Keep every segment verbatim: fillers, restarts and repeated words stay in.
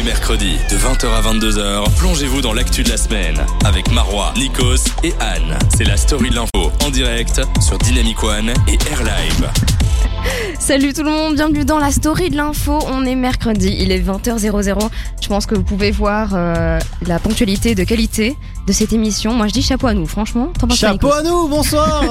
mercredis, de vingt heures à vingt-deux heures, plongez-vous dans l'actu de la semaine avec Marois, Nikos et Anne. C'est la story de l'info en direct sur Dynamic One et Air Live. Salut tout le monde, bienvenue dans la story de l'info. On est mercredi, il est vingt heures. Je pense que vous pouvez voir euh, la ponctualité de qualité de cette émission. Moi je dis chapeau à nous, franchement. Chapeau à nous, bonsoir.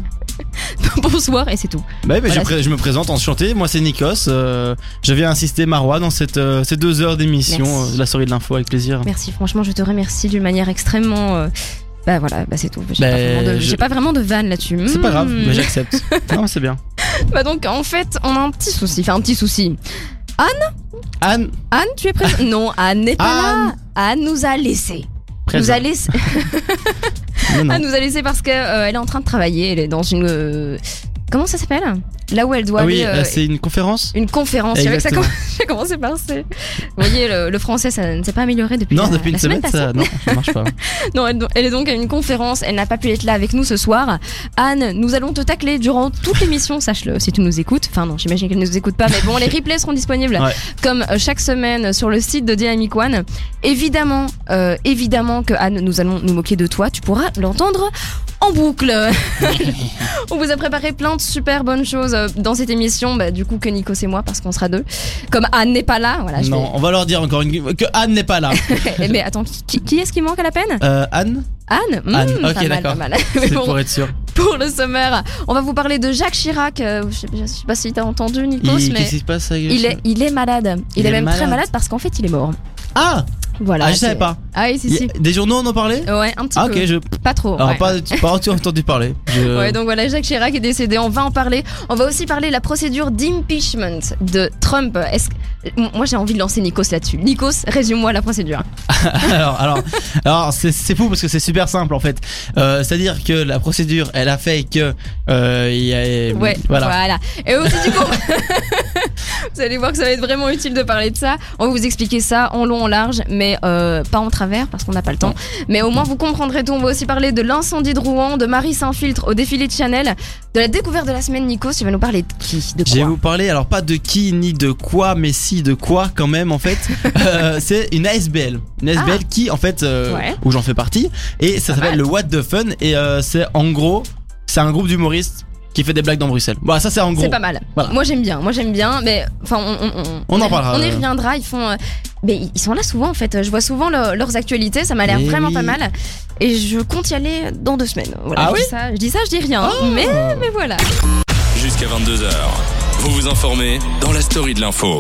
Bonsoir et c'est tout. Bah, bah, voilà, je, pré- je me présente enchanté, moi c'est Nikos. euh, Je viens assister Marois dans cette, euh, ces deux heures d'émission euh, de la story de l'info avec plaisir. Merci, franchement je te remercie d'une manière extrêmement... Euh... Bah voilà, bah c'est tout. J'ai, bah, pas, vraiment de, je... j'ai pas vraiment de vanne là-dessus. C'est mmh. pas grave, mais j'accepte. Non, c'est bien. Bah donc en fait, on a un petit souci. Enfin un petit souci. Anne Anne Anne, tu es présente? Non, Anne n'est pas Anne. là. Anne nous a laissé. Présent. Nous a laissé. non, non. Anne nous a laissé parce que euh, elle est en train de travailler. Elle est dans une. Euh... Comment ça s'appelle? Là où elle doit ah oui, aller. Euh, c'est une conférence. Une conférence. Exactement. Avec ça, com... j'ai commencé par C. Vous voyez, le, le français, ça ne s'est pas amélioré depuis. Non, la, depuis une la semaine, semaine ça, non, ça marche pas. Non, elle, elle est donc à une conférence. Elle n'a pas pu être là avec nous ce soir. Anne, nous allons te tacler durant toute l'émission, sache-le, si tu nous écoutes. Enfin non, j'imagine qu'elle ne nous écoute pas, mais bon, les replays seront disponibles ouais. comme chaque semaine sur le site de Dynamic One. Évidemment, euh, évidemment que Anne, nous allons nous moquer de toi. Tu pourras l'entendre en boucle. On vous a préparé plein de super bonnes choses dans cette émission. Bah, du coup, que Nikos et moi, parce qu'on sera deux. Comme Anne n'est pas là, voilà. Je non, vais... on va leur dire encore une... que Anne n'est pas là. Mais attends, qui, qui est-ce qui manque à la peine? euh, Anne Anne, mmh, Anne, ok, pas mal, d'accord. pas mal. C'est bon, pour être sûr. pour le sommaire, on va vous parler de Jacques Chirac. Euh, je, sais, je sais pas si t'as entendu, Nikos, il... mais qu'est-ce qui se passe avec il est, il est malade. Il, Il est, est même malade. très malade parce qu'en fait, il est mort. Ah Voilà. Ah, je c'est... savais pas. Ah oui, si, si. Des journaux on en parlait? Ouais, un petit ah, peu. ok, je... Pas trop. Alors, ouais. pas, pas tu as entendu parler. Je... Ouais, donc voilà, Jacques Chirac est décédé, on va en parler. On va aussi parler de la procédure d'impeachment de Trump. Est-ce que... Moi j'ai envie de lancer Nikos là-dessus. Nikos, résume-moi la procédure. alors, alors, alors c'est, c'est fou parce que c'est super simple en fait. Euh, c'est-à-dire que la procédure, elle a fait que euh, il y a, Ouais, voilà. voilà. Et aussi du coup, vous allez voir que ça va être vraiment utile de parler de ça. On va vous expliquer ça en long, en large, mais euh, pas en travers parce qu'on n'a pas le temps. Mais au moins vous comprendrez tout. On va aussi parler de l'incendie de Rouen, de Marie s'infiltre au défilé de Chanel, de la découverte de la semaine. Nikos, tu vas nous parler de qui, de quoi? Je vais vous parler alors pas de qui ni de quoi, mais si de quoi quand même en fait. euh, c'est une A S B L, une A S B L ah. qui en fait euh, ouais. où j'en fais partie et ça pas s'appelle mal. le What the Fun et euh, c'est en gros c'est un groupe d'humoristes qui fait des blagues dans Bruxelles. Bon, ça c'est en gros. C'est pas mal. Voilà. Moi j'aime bien, moi j'aime bien, mais enfin on, on, on, on en parlera. On y reviendra. Ils font, euh, mais ils sont là souvent en fait. Je vois souvent le, leurs actualités, ça m'a l'air et vraiment oui. pas mal. Et je compte y aller dans deux semaines. Voilà, ah je oui dis ça, je dis ça, je dis rien. Oh. Mais mais voilà. Jusqu'à vingt-deux heures, vous vous informez dans la story de l'info.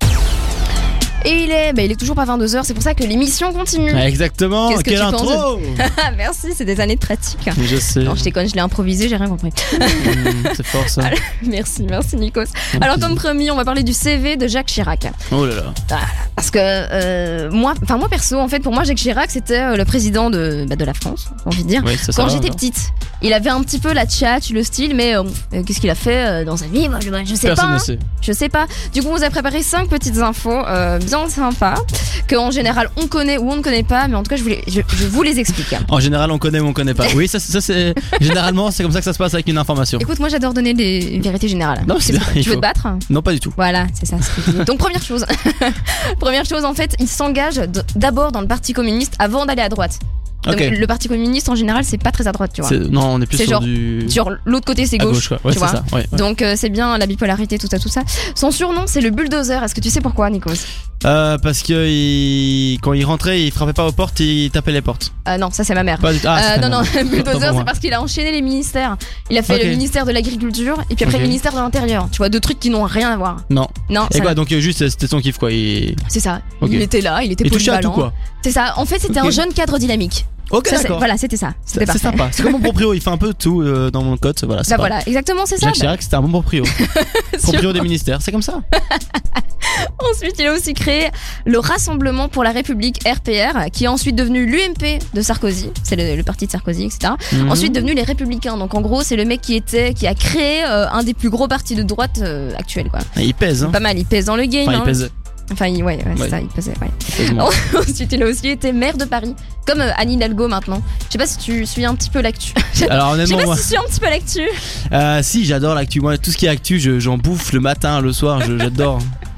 Et il est, bah il est toujours pas vingt-deux heures, c'est pour ça que l'émission continue. Ah, exactement. Qu'est-ce que Quelle tu intro. Merci, c'est des années de pratique. Je sais. Non, je déconne, je l'ai improvisé, j'ai rien compris. Mmh, c'est fort ça. Alors, merci, merci Nikos. Mon Alors plaisir. Comme promis, on va parler du C V de Jacques Chirac. Oh là là. Voilà, parce que euh, moi, enfin moi perso, en fait, pour moi Jacques Chirac c'était le président de, bah, de la France, j'ai envie de dire. Oui, ça, Quand ça j'étais va, petite, il avait un petit peu la tchatch, le style, mais euh, qu'est-ce qu'il a fait euh, dans sa vie? Moi, je, je sais Personne pas. ne Hein. sait. Je sais pas. Du coup, on vous a préparé cinq petites infos euh, bien sympas que en général on connaît ou on ne connaît pas, mais en tout cas je vous les, je, je vous les explique. En général on connaît ou on connaît pas. Oui, ça, ça c'est généralement c'est comme ça que ça se passe avec une information. Écoute, moi j'adore donner des vérités générales. Non, c'est bien, tu faut... veux te battre? Non, pas du tout. Voilà, c'est ça. C'est Donc première chose, première chose en fait, il s'engage d'abord dans le Parti communiste avant d'aller à droite. Donc okay. le Parti communiste en général c'est pas très à droite, tu vois. C'est... Non, on est plus c'est sur genre, du. Sur l'autre côté c'est gauche. gauche ouais, tu c'est vois. Ça. Ouais, ouais. Donc euh, c'est bien la bipolarité, tout ça, tout ça. Son surnom c'est le bulldozer. Est-ce que tu sais pourquoi, Nikos? Euh, parce que il... quand il rentrait, il frappait pas aux portes, il tapait les portes. Euh, non, ça c'est ma mère. Pas du tout. Ah, euh, non, non, le bulldozer c'est parce qu'il a enchaîné les ministères. Il a fait okay. le ministère de l'agriculture et puis après okay. le ministère de l'intérieur. Tu vois, deux trucs qui n'ont rien à voir. Non. Non. Et quoi, donc juste c'était son kiff quoi. Il... C'est ça. Okay. Il était là, il était il polyvalent. Touchait à tout, quoi. C'est ça. En fait, c'était okay. un jeune cadre dynamique. Ok, ça, d'accord. Voilà, c'était ça. C'était c'est, c'est sympa. C'est comme mon proprio, il fait un peu tout euh, dans mon code. Voilà, c'est bah voilà, exactement, c'est ça. Jacques Chirac, c'était un bon proprio. Proprio des ministères, c'est comme ça. Ensuite, il a aussi créé le Rassemblement pour la République R P R, qui est ensuite devenu l'U M P de Sarkozy. C'est le, le parti de Sarkozy, et cetera. Mm-hmm. Ensuite, devenu les Républicains. Donc, en gros, c'est le mec qui était, qui a créé euh, un des plus gros partis de droite euh, actuels, quoi. Et il pèse, hein. Pas mal, il pèse dans le game. Enfin, hein. il pèse. Enfin, il, ouais, ouais, c'est ouais. ça, il pesait, ouais. Ensuite, il a aussi été maire de Paris, comme euh, Anne Hidalgo maintenant. Je sais pas si tu suis un petit peu l'actu. Alors, honnêtement, je sais pas moi... si tu suis un petit peu l'actu. Euh, si, j'adore l'actu. Moi, tout ce qui est actu, je, j'en bouffe le matin, le soir, je, j'adore.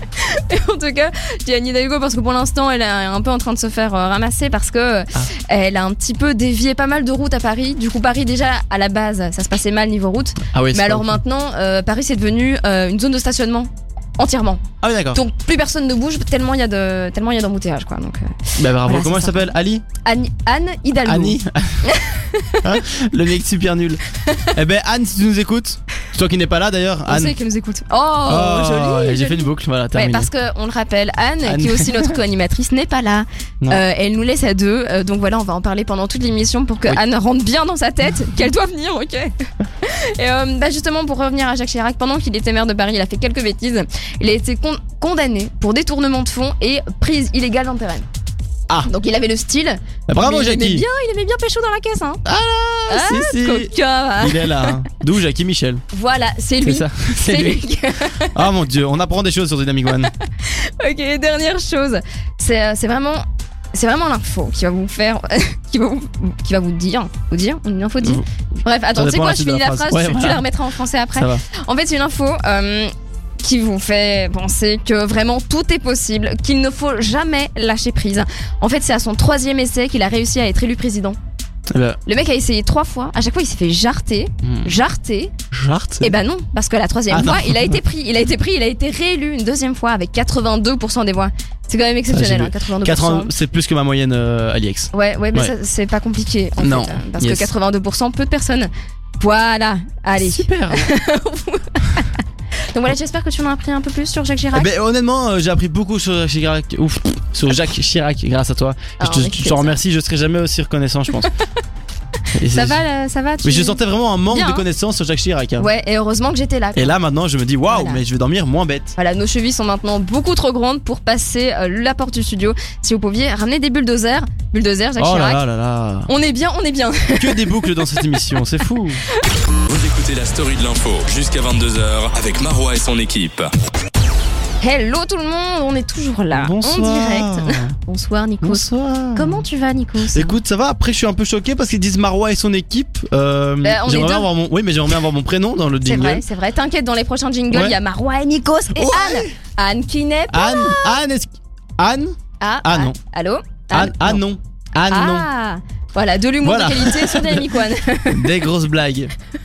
Et en tout cas, je dis Anne Hidalgo parce que pour l'instant, elle est un peu en train de se faire euh, ramasser parce que ah. elle a un petit peu dévié pas mal de routes à Paris. Du coup, Paris déjà à la base, ça se passait mal niveau route. Ah oui, mais alors maintenant, euh, Paris c'est devenu euh, une zone de stationnement. Entièrement. Ah oui, d'accord. Donc plus personne ne bouge tellement il y a de tellement il y a d'embouteillage quoi. Donc. Euh, bah bravo. voilà, comment elle s'appelle? Ali. Anne, Anne Hidalgo. Annie. Hein, le mec super nul. Eh ben Anne, si tu nous écoutes, toi qui n'es pas là d'ailleurs. On Anne. sait qu'elle nous écoute. Oh, oh joli. J'ai joli. fait une boucle. Voilà. Ouais, parce que on le rappelle, Anne, Anne, qui est aussi notre co-animatrice, n'est pas là. Euh, elle nous laisse à deux. Euh, donc voilà, on va en parler pendant toute l'émission pour que oui. Anne rentre bien dans sa tête qu'elle doit venir, ok. Et euh, bah justement pour revenir à Jacques Chirac, pendant qu'il était maire de Paris, il a fait quelques bêtises. Il a été con- condamné pour détournement de fonds et prise illégale d'intérêt. Ah. Donc il avait le style. Bah, bravo il Jackie. Aimait bien, il aimait bien pécho dans la caisse hein. Ah, ah si si. Coca. Il est là. Hein. D'où Jackie Michel. Voilà, c'est lui. C'est ça. C'est, c'est lui. lui. Oh mon dieu, on apprend des choses sur Dynamic One. Ok, dernière chose, c'est c'est vraiment c'est vraiment l'info qui va vous faire qui va vous qui va vous dire, vous dire une info dit. Bref, attends, tu sais quoi, je finis la phrase, phrase ouais, tu, voilà. tu la remettras en français après. En fait, c'est une info euh, qui vous fait penser que vraiment tout est possible, qu'il ne faut jamais lâcher prise. En fait, c'est à son troisième essai qu'il a réussi à être élu président. Le, le mec a essayé trois fois, à chaque fois il s'est fait jarter, mmh. jarter. Jarter. Et ben non, parce que la troisième ah fois, non. il a été pris, il a été pris, il a été réélu une deuxième fois avec quatre-vingt-deux pour cent des voix. C'est quand même exceptionnel, ah, hein, quatre-vingt-deux pour cent. quatre-vingts, c'est plus que ma moyenne euh, Alix. Ouais, ouais, mais ouais. Ça, c'est pas compliqué en non. fait, parce yes. que quatre-vingt-deux pour cent peu de personnes. Voilà, allez. Super. Donc voilà, j'espère que tu en as appris un peu plus sur Jacques Chirac. Eh ben, honnêtement, euh, j'ai appris beaucoup sur Jacques Chirac. Ouf, sur Jacques Chirac, grâce à toi. Alors, je te, je te remercie, je serai jamais aussi reconnaissant, je pense. ça va, là, ça va. Tu... Mais je sentais vraiment un manque Bien, de hein. connaissances sur Jacques Chirac. Hein. Ouais, et heureusement que j'étais là. Quoi. Et là, maintenant, je me dis waouh, voilà. Mais je vais dormir moins bête. Voilà, nos chevilles sont maintenant beaucoup trop grandes pour passer euh, la porte du studio. Si vous pouviez ramener des bulldozers, bulldozers, Jacques oh Chirac. Là là là là. On est bien, on est bien. Que des boucles dans cette émission, c'est fou. Vous écoutez la story de l'info jusqu'à vingt-deux heures avec Marois et son équipe. Hello tout le monde, on est toujours là, bonsoir. En direct. Bonsoir Nikos. Bonsoir. Comment tu vas Nikos? Écoute, ça va. Après, je suis un peu choqué parce qu'ils disent Marois et son équipe. Euh, bah, j'aimerais bien avoir mon, oui, mais j'aimerais bien avoir mon prénom dans le jingle. C'est vrai, c'est vrai. T'inquiète, dans les prochains jingles, il ouais. y a Marois et Nikos et ouais. Anne. Anne qui n'est pas. Anne, Anne, est-ce... Anne. Ah, ah non. Allô. Anne, ah non. Anne ah. non. Voilà, de l'humour voilà. de qualité sur Dynamic One. Des grosses blagues.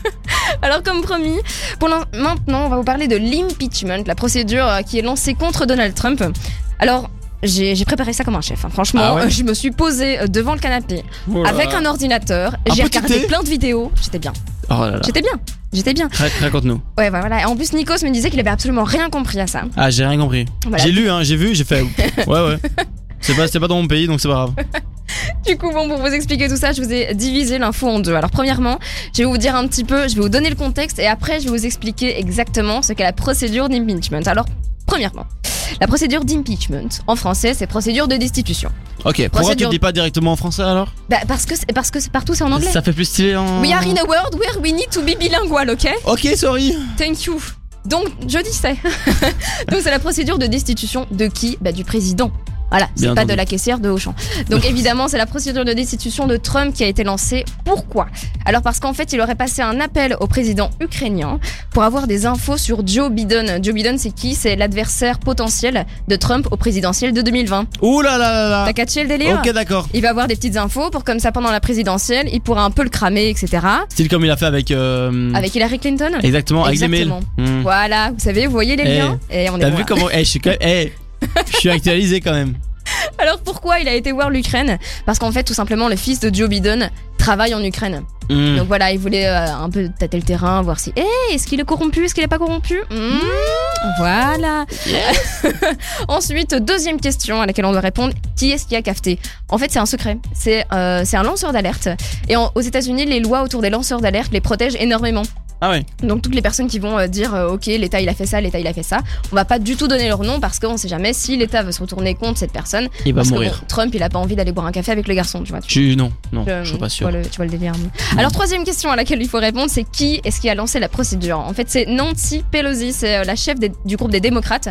Alors comme promis, pour maintenant on va vous parler de l'impeachment, la procédure qui est lancée contre Donald Trump. Alors j'ai, j'ai préparé ça comme un chef, hein. Franchement ah ouais. je me suis posée devant le canapé voilà. avec un ordinateur, un j'ai regardé thé. plein de vidéos, j'étais bien. Oh là là. J'étais bien. J'étais bien. Raconte-nous. Ouais, bah voilà. En plus, Nikos me disait qu'il avait absolument rien compris à ça. Ah, j'ai rien compris. Voilà. J'ai lu, hein, j'ai vu, j'ai fait. Ouais, ouais. C'est pas, c'est pas dans mon pays, donc c'est pas grave. Du coup, bon, pour vous expliquer tout ça, je vous ai divisé l'info en deux. Alors, premièrement, je vais vous dire un petit peu, je vais vous donner le contexte et après, je vais vous expliquer exactement ce qu'est la procédure d'impeachment. Alors, premièrement, la procédure d'impeachment, en français, c'est procédure de destitution. Ok, procédure... pourquoi tu le dis pas directement en français alors? Bah, parce que, c'est, parce que c'est partout, c'est en anglais. Ça fait plus stylé en. We are in a world where we need to be bilingual, ok? Ok, sorry. Thank you. Donc, je dis ça. Donc, c'est la procédure de destitution de qui? Bah, du président. Voilà, c'est Bien pas entendu. De la caissière de Auchan. Donc évidemment, c'est la procédure de destitution de Trump qui a été lancée. Pourquoi? Alors parce qu'en fait, il aurait passé un appel au président ukrainien pour avoir des infos sur Joe Biden. Joe Biden, c'est qui? C'est l'adversaire potentiel de Trump au présidentiel de deux mille vingt. Ouh là là là là. T'as catché le délire? Ok, d'accord. Il va avoir des petites infos pour comme ça pendant la présidentielle, il pourra un peu le cramer, et cetera. Style comme il a fait avec... Euh... Avec Hillary Clinton. Exactement, avec Exactement. les mails. Mmh. Voilà, vous savez, vous voyez les hey. liens et on est T'as bon vu là. comment... Hey, je suis quand même... hey, je suis actualisé quand même. Alors pourquoi il a été voir l'Ukraine? Parce qu'en fait tout simplement le fils de Joe Biden travaille en Ukraine. Mmh. Donc voilà, il voulait euh, un peu tâter le terrain, voir si hey, est-ce qu'il est corrompu, est-ce qu'il est pas corrompu. mmh. Mmh. Voilà. Yes. Ensuite, deuxième question à laquelle on doit répondre, qui est-ce qui a cafeté? En fait c'est un secret, c'est, euh, c'est un lanceur d'alerte. Et en, aux États-Unis les lois autour des lanceurs d'alerte les protègent énormément. Ah ouais. Donc toutes les personnes qui vont euh, dire euh, ok l'État il a fait ça, l'État il a fait ça, on va pas du tout donner leur nom parce qu'on sait jamais si l'État veut se retourner contre cette personne. Il va parce mourir. Que, bon, Trump il a pas envie d'aller boire un café avec le garçon, tu vois. Tu tu, non, non, je, je suis pas sûr. Tu vois le, tu vois le délire. Non. Alors troisième question à laquelle il faut répondre, c'est qui est-ce qui a lancé la procédure? En fait c'est Nancy Pelosi, c'est euh, la chef des, du groupe des démocrates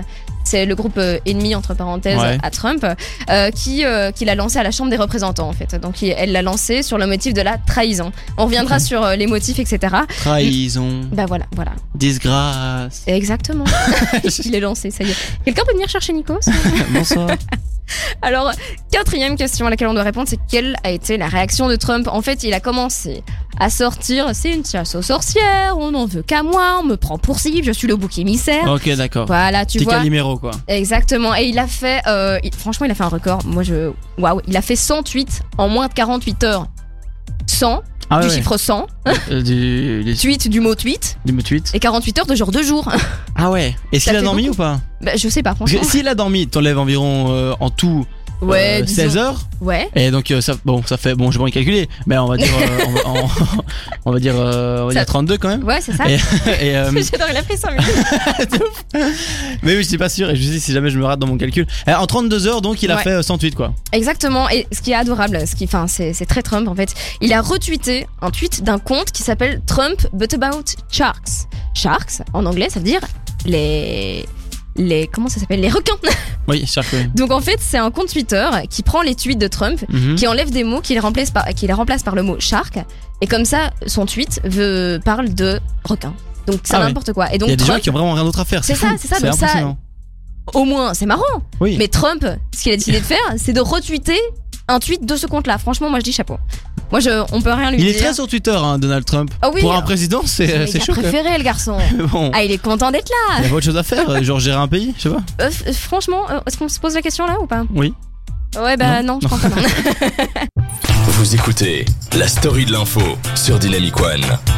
c'est le groupe euh, ennemi entre parenthèses Ouais. à Trump, euh, qui, euh, qui l'a lancé à la Chambre des représentants en fait. Donc il- elle l'a lancé sur le motif de la trahison. On reviendra Ok. sur euh, les motifs, et cetera. Trahison, Bah voilà, voilà. disgrâce. Exactement. Il est lancé, ça y est. Quelqu'un peut venir chercher Nikos? Bonsoir. Alors, quatrième question à laquelle on doit répondre, c'est quelle a été la réaction de Trump? En fait, il a commencé à sortir, c'est une chasse aux sorcières, on n'en veut qu'à moi, on me prend pour cible, je suis le bouc émissaire. Ok, d'accord. Voilà, tu Petit vois. Calimero, quoi. Exactement. Et il a fait, euh, il- franchement, il a fait un record. Moi, je, waouh, il a fait cent tweets en moins de quarante-huit heures. cent, Ah du ouais, chiffre cent, ouais. Euh, du, du, tweet du mot tweet, du tweet. et quarante-huit heures de genre deux jours. Ah ouais. Et s'il Ça a fait dormi beaucoup. ou pas? Bah, je sais pas, Parce franchement. que s'il a dormi, t'enlèves environ euh, en tout Ouais, euh, disons- seize heures. Ouais. Et donc euh, ça, bon, ça fait, bon, je vais pas y calculer, mais on va dire, euh, on, va, on- on va dire, euh, on va Ça- dire trente-deux quand même. Ouais, c'est ça. Et, et, euh, J'adore, il a pris cinq minutes. mais oui, je suis pas sûr. Et je me dis si jamais je me rate dans mon calcul. Et en trente-deux heures, donc il a Ouais. fait euh, cent tweets quoi. Exactement, et ce qui est adorable, ce qui, enfin, c'est, c'est très Trump en fait. Il a retweeté un tweet d'un compte qui s'appelle Trump but about sharks. Sharks, en anglais, ça veut dire les, les, comment ça s'appelle, les requins. Oui, cher que. Donc en fait, c'est un compte Twitter qui prend les tweets de Trump, Mhm. qui enlève des mots, qui les remplace par, qui les remplace par le mot shark, et comme ça, son tweet veut, parle de requin. Donc c'est Ah ouais. n'importe quoi. Et Il donc y a des gens Trump, qui ont vraiment rien d'autre à faire. C'est fou. ça, c'est ça, donc ça- impressionnant. au moins, c'est marrant. Oui. Mais Trump, ce qu'il a décidé de faire, c'est de retweeter un tweet de ce compte-là. Franchement, moi je dis chapeau. Moi, je, on peut rien lui Il dire. est très sur Twitter, hein, Donald Trump. Ah oui, Pour un euh, président, c'est C'est c'est méga chaud. quand même. préféré, le garçon. Mais bon, Ah, il est content d'être là. il y a pas autre chose à faire, genre gérer un pays, je sais pas. Euh, f- franchement, euh, est-ce qu'on se pose la question là ou pas? Oui. Ouais, bah non, je pense pas. Non. Vous écoutez la story de l'info sur Dynamic One.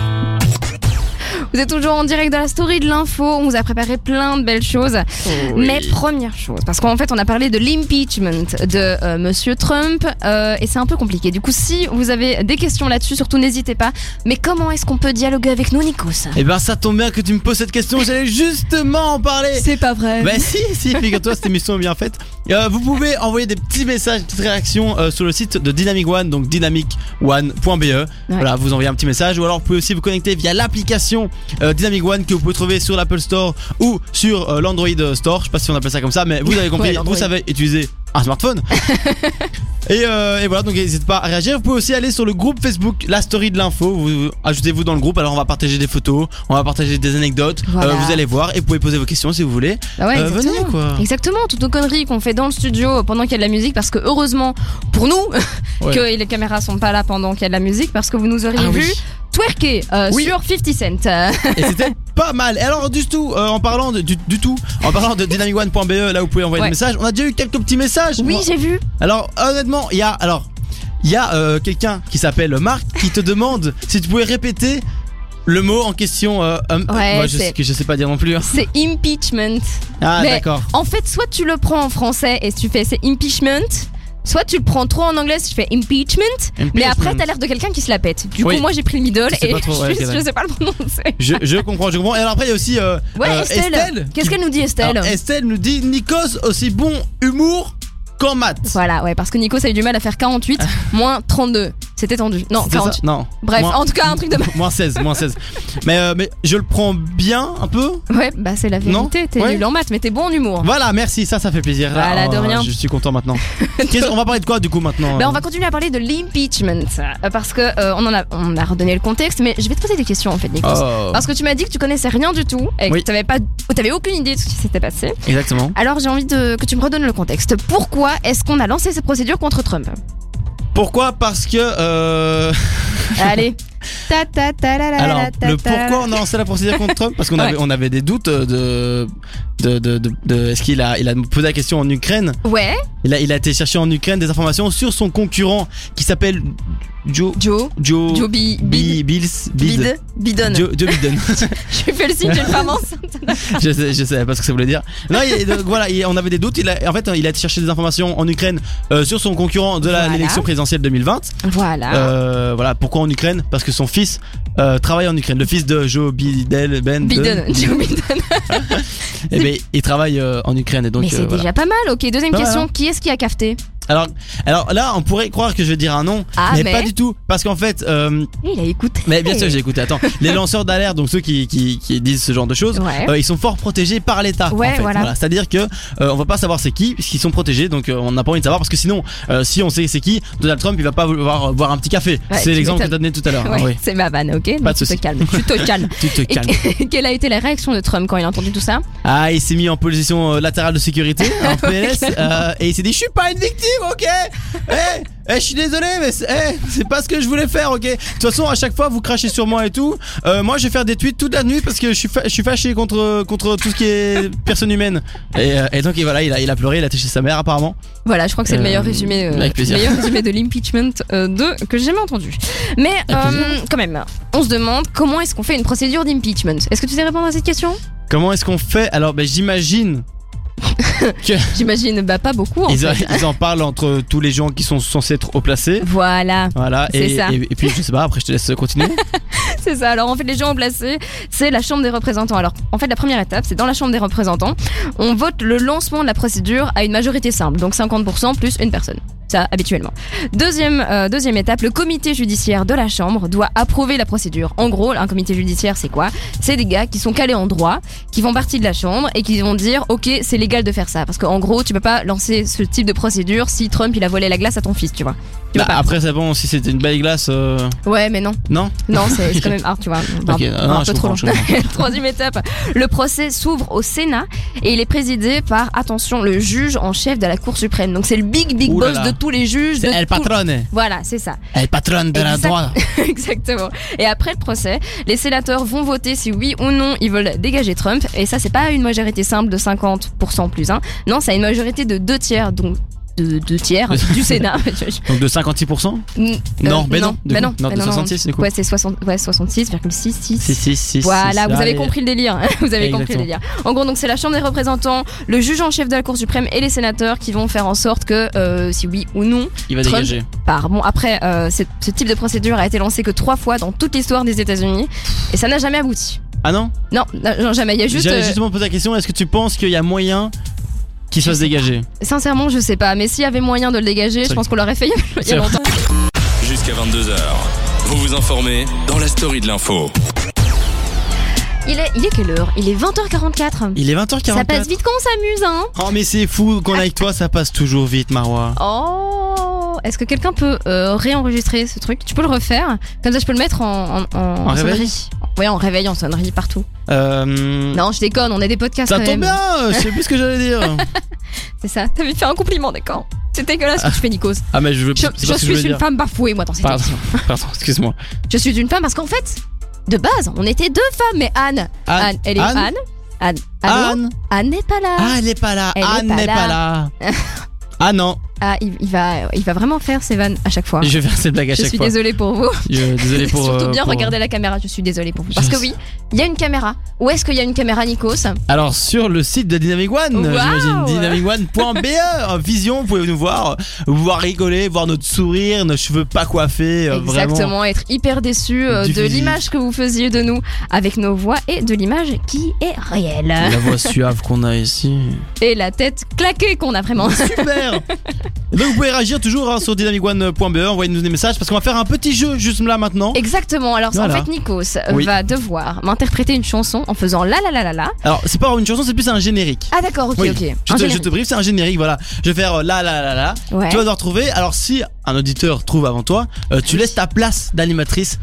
Vous êtes toujours en direct de la story de l'info. On vous a préparé plein de belles choses. Mais première chose, parce qu'en fait, on a parlé de l'impeachment de euh, Monsieur Trump euh, et c'est un peu compliqué. Du coup, si vous avez des questions là-dessus, surtout n'hésitez pas. Mais comment est-ce qu'on peut dialoguer avec nous, Nikos? Eh ben, ça tombe bien que tu me poses cette question. J'allais justement en parler. C'est pas vrai. Bah si, si, figure-toi, cette émission est bien faite. Euh, vous pouvez envoyer des petits messages, des petites réactions euh, sur le site de Dynamic One, donc dynamic one point b e. Voilà, vous envoyez un petit message, ou alors vous pouvez aussi vous connecter via l'application euh, Dynamic One que vous pouvez trouver sur l'Apple Store ou sur euh, l'Android Store. Je sais pas si on appelle ça comme ça, mais vous avez compris, Ouais, l'Android. vous savez utiliser un smartphone. et, euh, et voilà, donc n'hésitez pas à réagir. Vous pouvez aussi aller sur le groupe Facebook La Story de l'info. Vous ajoutez-vous dans le groupe. Alors on va partager des photos, on va partager des anecdotes. Voilà. Euh, vous allez voir et vous pouvez poser vos questions si vous voulez. Bah ouais, Euh, exactement. venez, quoi. Exactement, toutes nos conneries qu'on fait dans le studio pendant qu'il y a de la musique, parce que heureusement pour nous Ouais. que les caméras sont pas là pendant qu'il y a de la musique, parce que vous nous auriez Ah vu oui. twerker euh, Oui. sur fifty Cent. Euh, Et c'était pas mal. Et alors du tout, euh, en parlant de, du, du tout, en parlant de dynamic one point b e, là où vous pouvez envoyer Ouais. des messages, on a déjà eu quelques petits messages. oui, Moi- j'ai vu. Alors honnêtement, il y a alors il y a euh, quelqu'un qui s'appelle Marc qui te demande si tu pouvais répéter le mot en question. Euh, hum, Ouais, moi, je, c'est- sais, que je sais pas dire non plus. hein. C'est impeachment. Ah Mais- d'accord. En fait, soit tu le prends en français et tu fais c'est impeachment, soit tu le prends trop en anglais si tu fais impeachment, mais après t'as l'air de quelqu'un qui se la pète. Du Oui. coup, moi j'ai pris le middle Tu sais et pas trop, ouais, je, ok, je sais pas le prononcer. Je, je comprends, je comprends. Et alors après il y a aussi euh, Ouais, euh, Estelle. Qu'est-ce qui- qu'elle nous dit, Estelle? Alors, Estelle nous dit Nikos aussi bon humour qu'en maths. Voilà, ouais, parce que Nico ça a eu du mal à faire quarante-huit moins trente-deux. C'était tendu. Non, C'était ça quarante-huit. Non. Bref, Moins- en tout cas, un truc de. moins seize, moins seize. Mais, euh, mais je le prends bien un peu. Ouais, bah c'est la Non vérité. T'es Ouais. nul en maths, mais t'es bon en humour. Voilà, merci, ça, ça fait plaisir. Là, Voilà, de euh, rien. Je suis content maintenant. Qu'est-ce- on va parler de quoi du coup maintenant Bah on va continuer à parler de l'impeachment euh, parce que euh, on en a on a redonné le contexte, mais je vais te poser des questions en fait, Nico. Oh. Parce que tu m'as dit que tu connaissais rien du tout et que Oui. t'avais pas, t'avais aucune idée de ce qui s'était passé. Exactement. Alors j'ai envie de que tu me redonnes le contexte. Pourquoi est-ce qu'on a lancé cette procédure contre Trump? Pourquoi? Parce que euh... Allez. Ta ta ta la la alors la, ta, le ta. pourquoi on a lancé la procédure contre Trump, parce qu'on avait Ouais. on avait des doutes de de de, de, de- est-ce qu'il a il a posé la question en Ukraine. Ouais, Il a il a été chercher en Ukraine des informations sur son concurrent qui s'appelle Joe Joe. Joe Joe Bi- Bi- Bills Bid. Bid. Bidon. Joe, Joe Biden. Je lui fais le signe d'une femme enceinte. je sais, je sais pas ce que ça voulait dire. Non, il- donc, voilà, il- on avait des doutes. Il a, en fait, il a été chercher des informations en Ukraine euh, sur son concurrent de la- Voilà. l'élection présidentielle deux mille vingt. Voilà. Euh, voilà, pourquoi en Ukraine? Parce que son fils euh, travaille en Ukraine. Le fils de Joe Biden, Ben, Bidon. Joe Biden. eh ben, il travaille euh, en Ukraine et donc. Mais c'est euh, voilà. déjà pas mal. Ok, deuxième Pas mal, question. hein. Qui est-ce qui a cafeté? Alors, alors là, on pourrait croire que je vais dire un nom, Ah, mais, mais pas du tout, parce qu'en fait, euh, Eh, il a écouté. mais bien sûr j'ai écouté. Attends, les lanceurs d'alerte, donc ceux qui, qui, qui disent ce genre de choses, Ouais. euh, ils sont fort protégés par l'État. Ouais, en fait. voilà. C'est-à-dire que euh, on va pas savoir c'est qui, puisqu'ils sont protégés, donc euh, on n'a pas envie de savoir, parce que sinon, euh, si on sait c'est qui, Donald Trump, il va pas vouloir boire un petit café. Ouais, c'est tu l'exemple que m'étonnes. t'as donné tout à l'heure. Ouais, Ah, oui. c'est ma vanne, ok. Pas de tu te souci. calmes, tu te calmes. Tu te Et calmes. que- quelle a été la réaction de Trump quand il a entendu tout ça? Ah, il s'est mis en position euh, latérale de sécurité, en P L S, euh, et il s'est dit je suis pas une victime, ok. Eh, eh, je suis désolé, mais c'est eh, c'est pas ce que je voulais faire, ok. De toute façon, à chaque fois vous crachez sur moi et tout. Euh, moi, je vais faire des tweets toute la nuit parce que je suis, fa- je suis fâché contre contre tout ce qui est personne humaine. Et, euh, et donc et voilà, il a il a pleuré, il a été chez sa mère apparemment. Voilà, je crois que c'est le Euh, meilleur résumé, euh, avec plaisir. meilleur résumé de l'impeachment euh, de que j'ai jamais entendu. Mais Avec plaisir. euh, quand même, on se demande comment est-ce qu'on fait une procédure d'impeachment. Est-ce que tu sais répondre à cette question? Comment est-ce qu'on fait? Alors, ben j'imagine que J'imagine, bah pas beaucoup en ils, fait. ils en parlent entre tous les gens qui sont censés être haut placés. Voilà, Voilà. C'est Et, ça. et, et puis je sais pas. Après, je te laisse continuer. c'est ça. Alors en fait, les gens placés, c'est la Chambre des représentants. Alors en fait, la première étape, c'est dans la Chambre des représentants, on vote le lancement de la procédure à une majorité simple, donc cinquante pour cent plus une personne. Ça, habituellement. Deuxième, euh, deuxième étape, le comité judiciaire de la Chambre doit approuver la procédure. En gros, un comité judiciaire, c'est quoi? C'est des gars qui sont calés en droit, qui font partie de la Chambre et qui vont dire, ok, c'est légal de faire ça. Parce qu'en gros, tu peux pas lancer ce type de procédure si Trump, il a volé la glace à ton fils, tu vois. Tu Bah, peux pas. après, c'est bon. Si c'était une belle glace, euh, Ouais, mais non. non. Non, c'est c'est quand même hard, tu vois. Ok, Un, ah non, un je peu trop comprends, long. je comprends. Troisième étape, le procès s'ouvre au Sénat et il est présidé par, attention, le juge en chef de la Cour suprême. Donc c'est le big, big Ouh là boss là. de tous les juges. C'est de El tout- Patron. Voilà, c'est ça. El Patron de la Exact. droite. Exactement. Et après le procès, les sénateurs vont voter si oui ou non ils veulent dégager Trump. Et ça, c'est pas une majorité simple de cinquante pour cent plus un. Non, c'est une majorité de deux tiers, donc de deux tiers du Sénat. Donc de cinquante-six pour cent. Mm, Non, euh, ben non, du ben coup. non, Non, ben de soixante-six, du coup. Ouais, c'est soixante, ouais, soixante-six virgule soixante-six. Si, si, si. Voilà, si, vous avez allez. compris le délire. Vous avez compris le Exactement. délire. En gros, donc c'est la Chambre des représentants, le juge en chef de la Cour suprême et les sénateurs qui vont faire en sorte que, euh, si oui ou non, Il va Trump dégager. part. Bon, après, euh, ce, ce type de procédure a été lancé que trois fois dans toute l'histoire des États-Unis et ça n'a jamais abouti. Ah non? Non, non, jamais. Il y a juste. J'allais euh, justement poser la question. Est-ce que tu penses qu'il y a moyen qu'il se fasse dégager? sincèrement, je sais pas. Mais s'il y avait moyen de le dégager, je C'est- pense qu'on l'aurait fait il y a- il y C'est a vrai. longtemps. Jusqu'à vingt-deux heures, vous vous informez dans la story de l'info. Il est, il est quelle heure? Il est vingt heures quarante-quatre. Il est vingt heures quarante-quatre. Ça passe vite quand on s'amuse, hein. Oh, mais c'est fou qu'on est avec toi, ça passe toujours vite, Marwa. Oh, est-ce que quelqu'un peut euh, réenregistrer ce truc? Tu peux le refaire? Comme ça, je peux le mettre en, en, en, En réveil sonnerie. Ouais, en réveil, en sonnerie partout. Euh. Non, je déconne, on a des podcasts Ça quand tombe même. bien, euh, je sais plus ce que j'allais dire. C'est ça. T'avais fait un compliment, d'accord? C'est dégueulasse ce que tu fais, Nikos. Ah, mais je veux Je, c'est pas je ce que je suis voulais une dire. femme bafouée, moi, dans cette Pardon, émission. pardon, excuse-moi. Je suis une femme parce qu'en fait, de base, on était deux femmes, mais Anne. Anne- Anne, elle est Anne Anne. Anne. Allô Anne. Anne n'est pas là. Ah, elle est pas là. Elle est Anne pas n'est là. pas là. Ah non, Ah, il, il va, il va vraiment faire ses vannes à chaque fois. je vais faire cette blague à Je chaque suis fois. désolée pour vous. Je- Désolé pour. Surtout euh, bien pour- regarder la caméra, je suis désolée pour vous. Parce Je que sais. oui, il y a une caméra. Où est-ce qu'il y a une caméra, Nikos? Alors sur le site de Dynamic One, Wow. j'imagine dynamic one point b e en vision, vous pouvez nous voir, vous voir rigoler, voir notre sourire, nos cheveux pas coiffés, euh, vraiment. Exactement, être hyper déçu euh, Du de physique. l'image que vous faisiez de nous avec nos voix et de l'image qui est réelle. La voix suave qu'on a ici. Et la tête claquée qu'on a vraiment. Super. Donc vous pouvez réagir toujours hein, sur dynamic one point b e, envoyez-nous des messages parce qu'on va faire un petit jeu juste là maintenant. Exactement, alors Voilà. en fait Nikos Oui. va devoir m'interpréter une chanson en faisant la la la la la. Alors c'est pas une chanson, c'est plus un générique. Ah d'accord, ok Oui. ok. Je Un te, je générique. te brief, c'est un générique, voilà. Je vais faire euh, la la la la. Ouais. Tu vas devoir trouver. Alors si un auditeur trouve avant toi, euh, tu laisses ta place d'animatrice.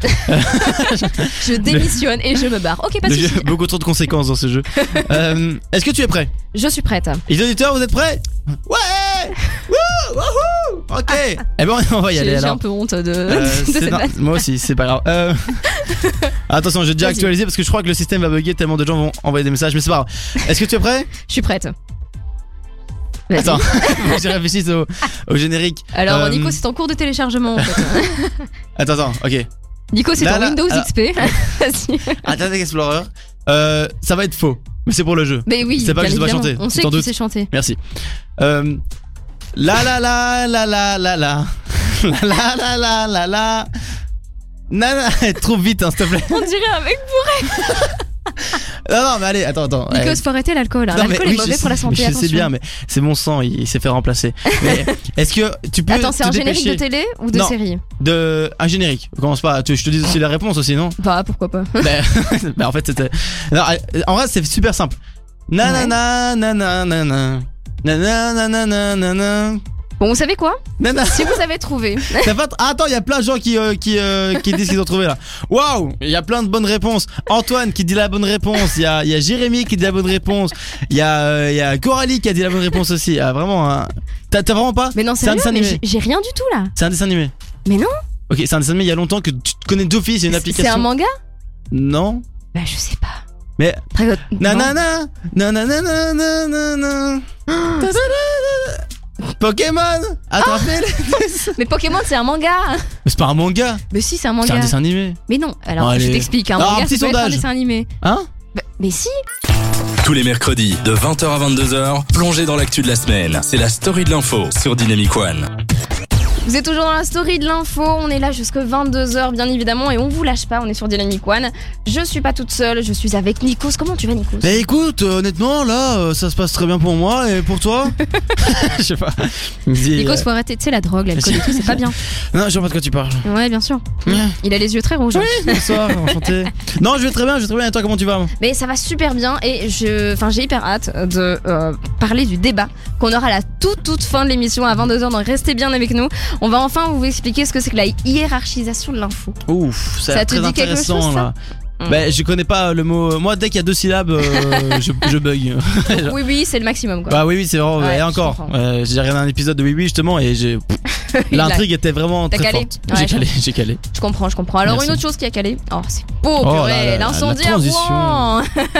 Je démissionne et je me barre. Ok, pas de Le jeu- souci. beaucoup trop de conséquences dans ce jeu. Euh, Est-ce que tu es prêt? Je suis prête. Les auditeurs, vous êtes prêts? Ouais. Wouh, wouhou. Ok. Eh ben on va y J'ai aller j'ai alors. un peu honte de, de Euh, c'est cette non- vanne. moi aussi, c'est pas grave. Euh, Attention, je vais déjà Vas-y. actualiser parce que je crois que le système va bugger tellement de gens vont envoyer des messages, mais c'est pas grave. Est-ce que tu es prêt? Je suis prête. Vas-y. Attends, faut que je réfléchisse au, au générique. Alors Euh, Nico, c'est en cours de téléchargement en fait. Attends, attends, ok. Nico, c'est Là, en là, Windows alors- X P. Vas-y. Internet Explorer. Euh, ça va être faux, mais c'est pour le jeu. Mais oui, C'est pas que bien je sais pas évidemment. chanter, On tu sait t'en que tu doutes. sais chanter. Merci. Euh, la la la la la la la la la la la la la. Nana, trouve vite, hein, s'il te plaît. On dirait avec Non, non, mais allez, attends, attends. Nikos, ouais. faut arrêter l'alcool. hein. Non, mais L'alcool oui, est mauvais je pour la sais- santé. Je sais attention. bien, mais c'est mon sang, il, il s'est fait remplacer. Mais est-ce que tu peux. Attends, c'est te un générique de dépêcher télé ou de Non. série? de Un générique. Commence pas. Tu, je te dis aussi la réponse aussi, non? Bah, pourquoi pas. bah, bah, en fait, c'était. Non, en vrai, c'est super simple. Nanana, nanana, nanana. Nanana, nanana, nanana. Bon, vous savez quoi? Nanana. Si vous avez trouvé. T'as pas... ah, attends, il y a plein de gens qui, euh, qui, euh, qui disent qu'ils ont trouvé là. Waouh, il y a plein de bonnes réponses. Antoine qui dit la bonne réponse. Il y a, il y a Jérémy qui dit la bonne réponse. Il y a, euh, il y a Coralie qui a dit la bonne réponse aussi. Ah, vraiment. Hein. T'as, t'as vraiment pas? Mais non, C'est un sérieux, dessin mais animé. j'ai j'ai rien du tout là. C'est un dessin animé. Mais non. Ok, c'est un dessin animé il y a longtemps que tu te connais d'office. Il y a une C'est application. un manga? Non. Bah, je sais pas. Mais. Très non. Nanana. Nanana. Nanana. Pokémon. Attrapez les. Mais Pokémon, c'est un manga. Mais c'est pas un manga. Mais si, c'est un C'est manga. un dessin animé. Mais non. Alors, Allez. je t'explique. Un Ah, un manga, petit ça peut être un sondage. dessin animé. Hein? Bah, mais si. Tous les mercredis de vingt heures à vingt-deux heures, plongez dans l'actu de la semaine. C'est la story de l'info sur Dynamic One. Vous êtes toujours dans la story de l'info, on est là jusqu'à vingt-deux heures bien évidemment et on vous lâche pas, on est sur Dynamic One. Je suis pas toute seule, je suis avec Nikos. Comment tu vas, Nikos? Mais écoute, euh, honnêtement, là, euh, ça se passe très bien pour moi et pour toi. Je sais pas. Il me dit, Nikos, euh, faut arrêter, tu sais, la drogue, l'alcool et tout, c'est pas bien. Non, je vois pas de quoi tu parles. Ouais, bien sûr. Bien. Il a les yeux très rouges. hein. Bonsoir, enchanté. Non, je vais très bien, je vais très bien. Et toi, comment tu vas? Mais ça va super bien et je, enfin, j'ai hyper hâte de euh, parler du débat qu'on aura à la toute toute fin de l'émission à vingt-deux heures. Donc restez bien avec nous. On va enfin vous expliquer ce que c'est que la hiérarchisation de l'info. Ouf, ça a Ça l'air te très dit quelque intéressant chose, ça là. Mm. Bah, je connais pas le mot. Moi, dès qu'il y a deux syllabes, euh, je, je bug. Oui, oui, c'est le maximum quoi. Bah oui, oui, c'est vraiment. Ouais, et je encore, comprends. euh, j'ai regardé un épisode de Oui Oui justement et j'ai. L'intrigue était vraiment T'as très calé? forte. Ouais, J'ai je calé, j'ai calé. Je comprends, je comprends. Alors Merci. une autre chose qui a calé. Oh, c'est beau, Oh purée, là là, l'incendie la à transition. Rouen.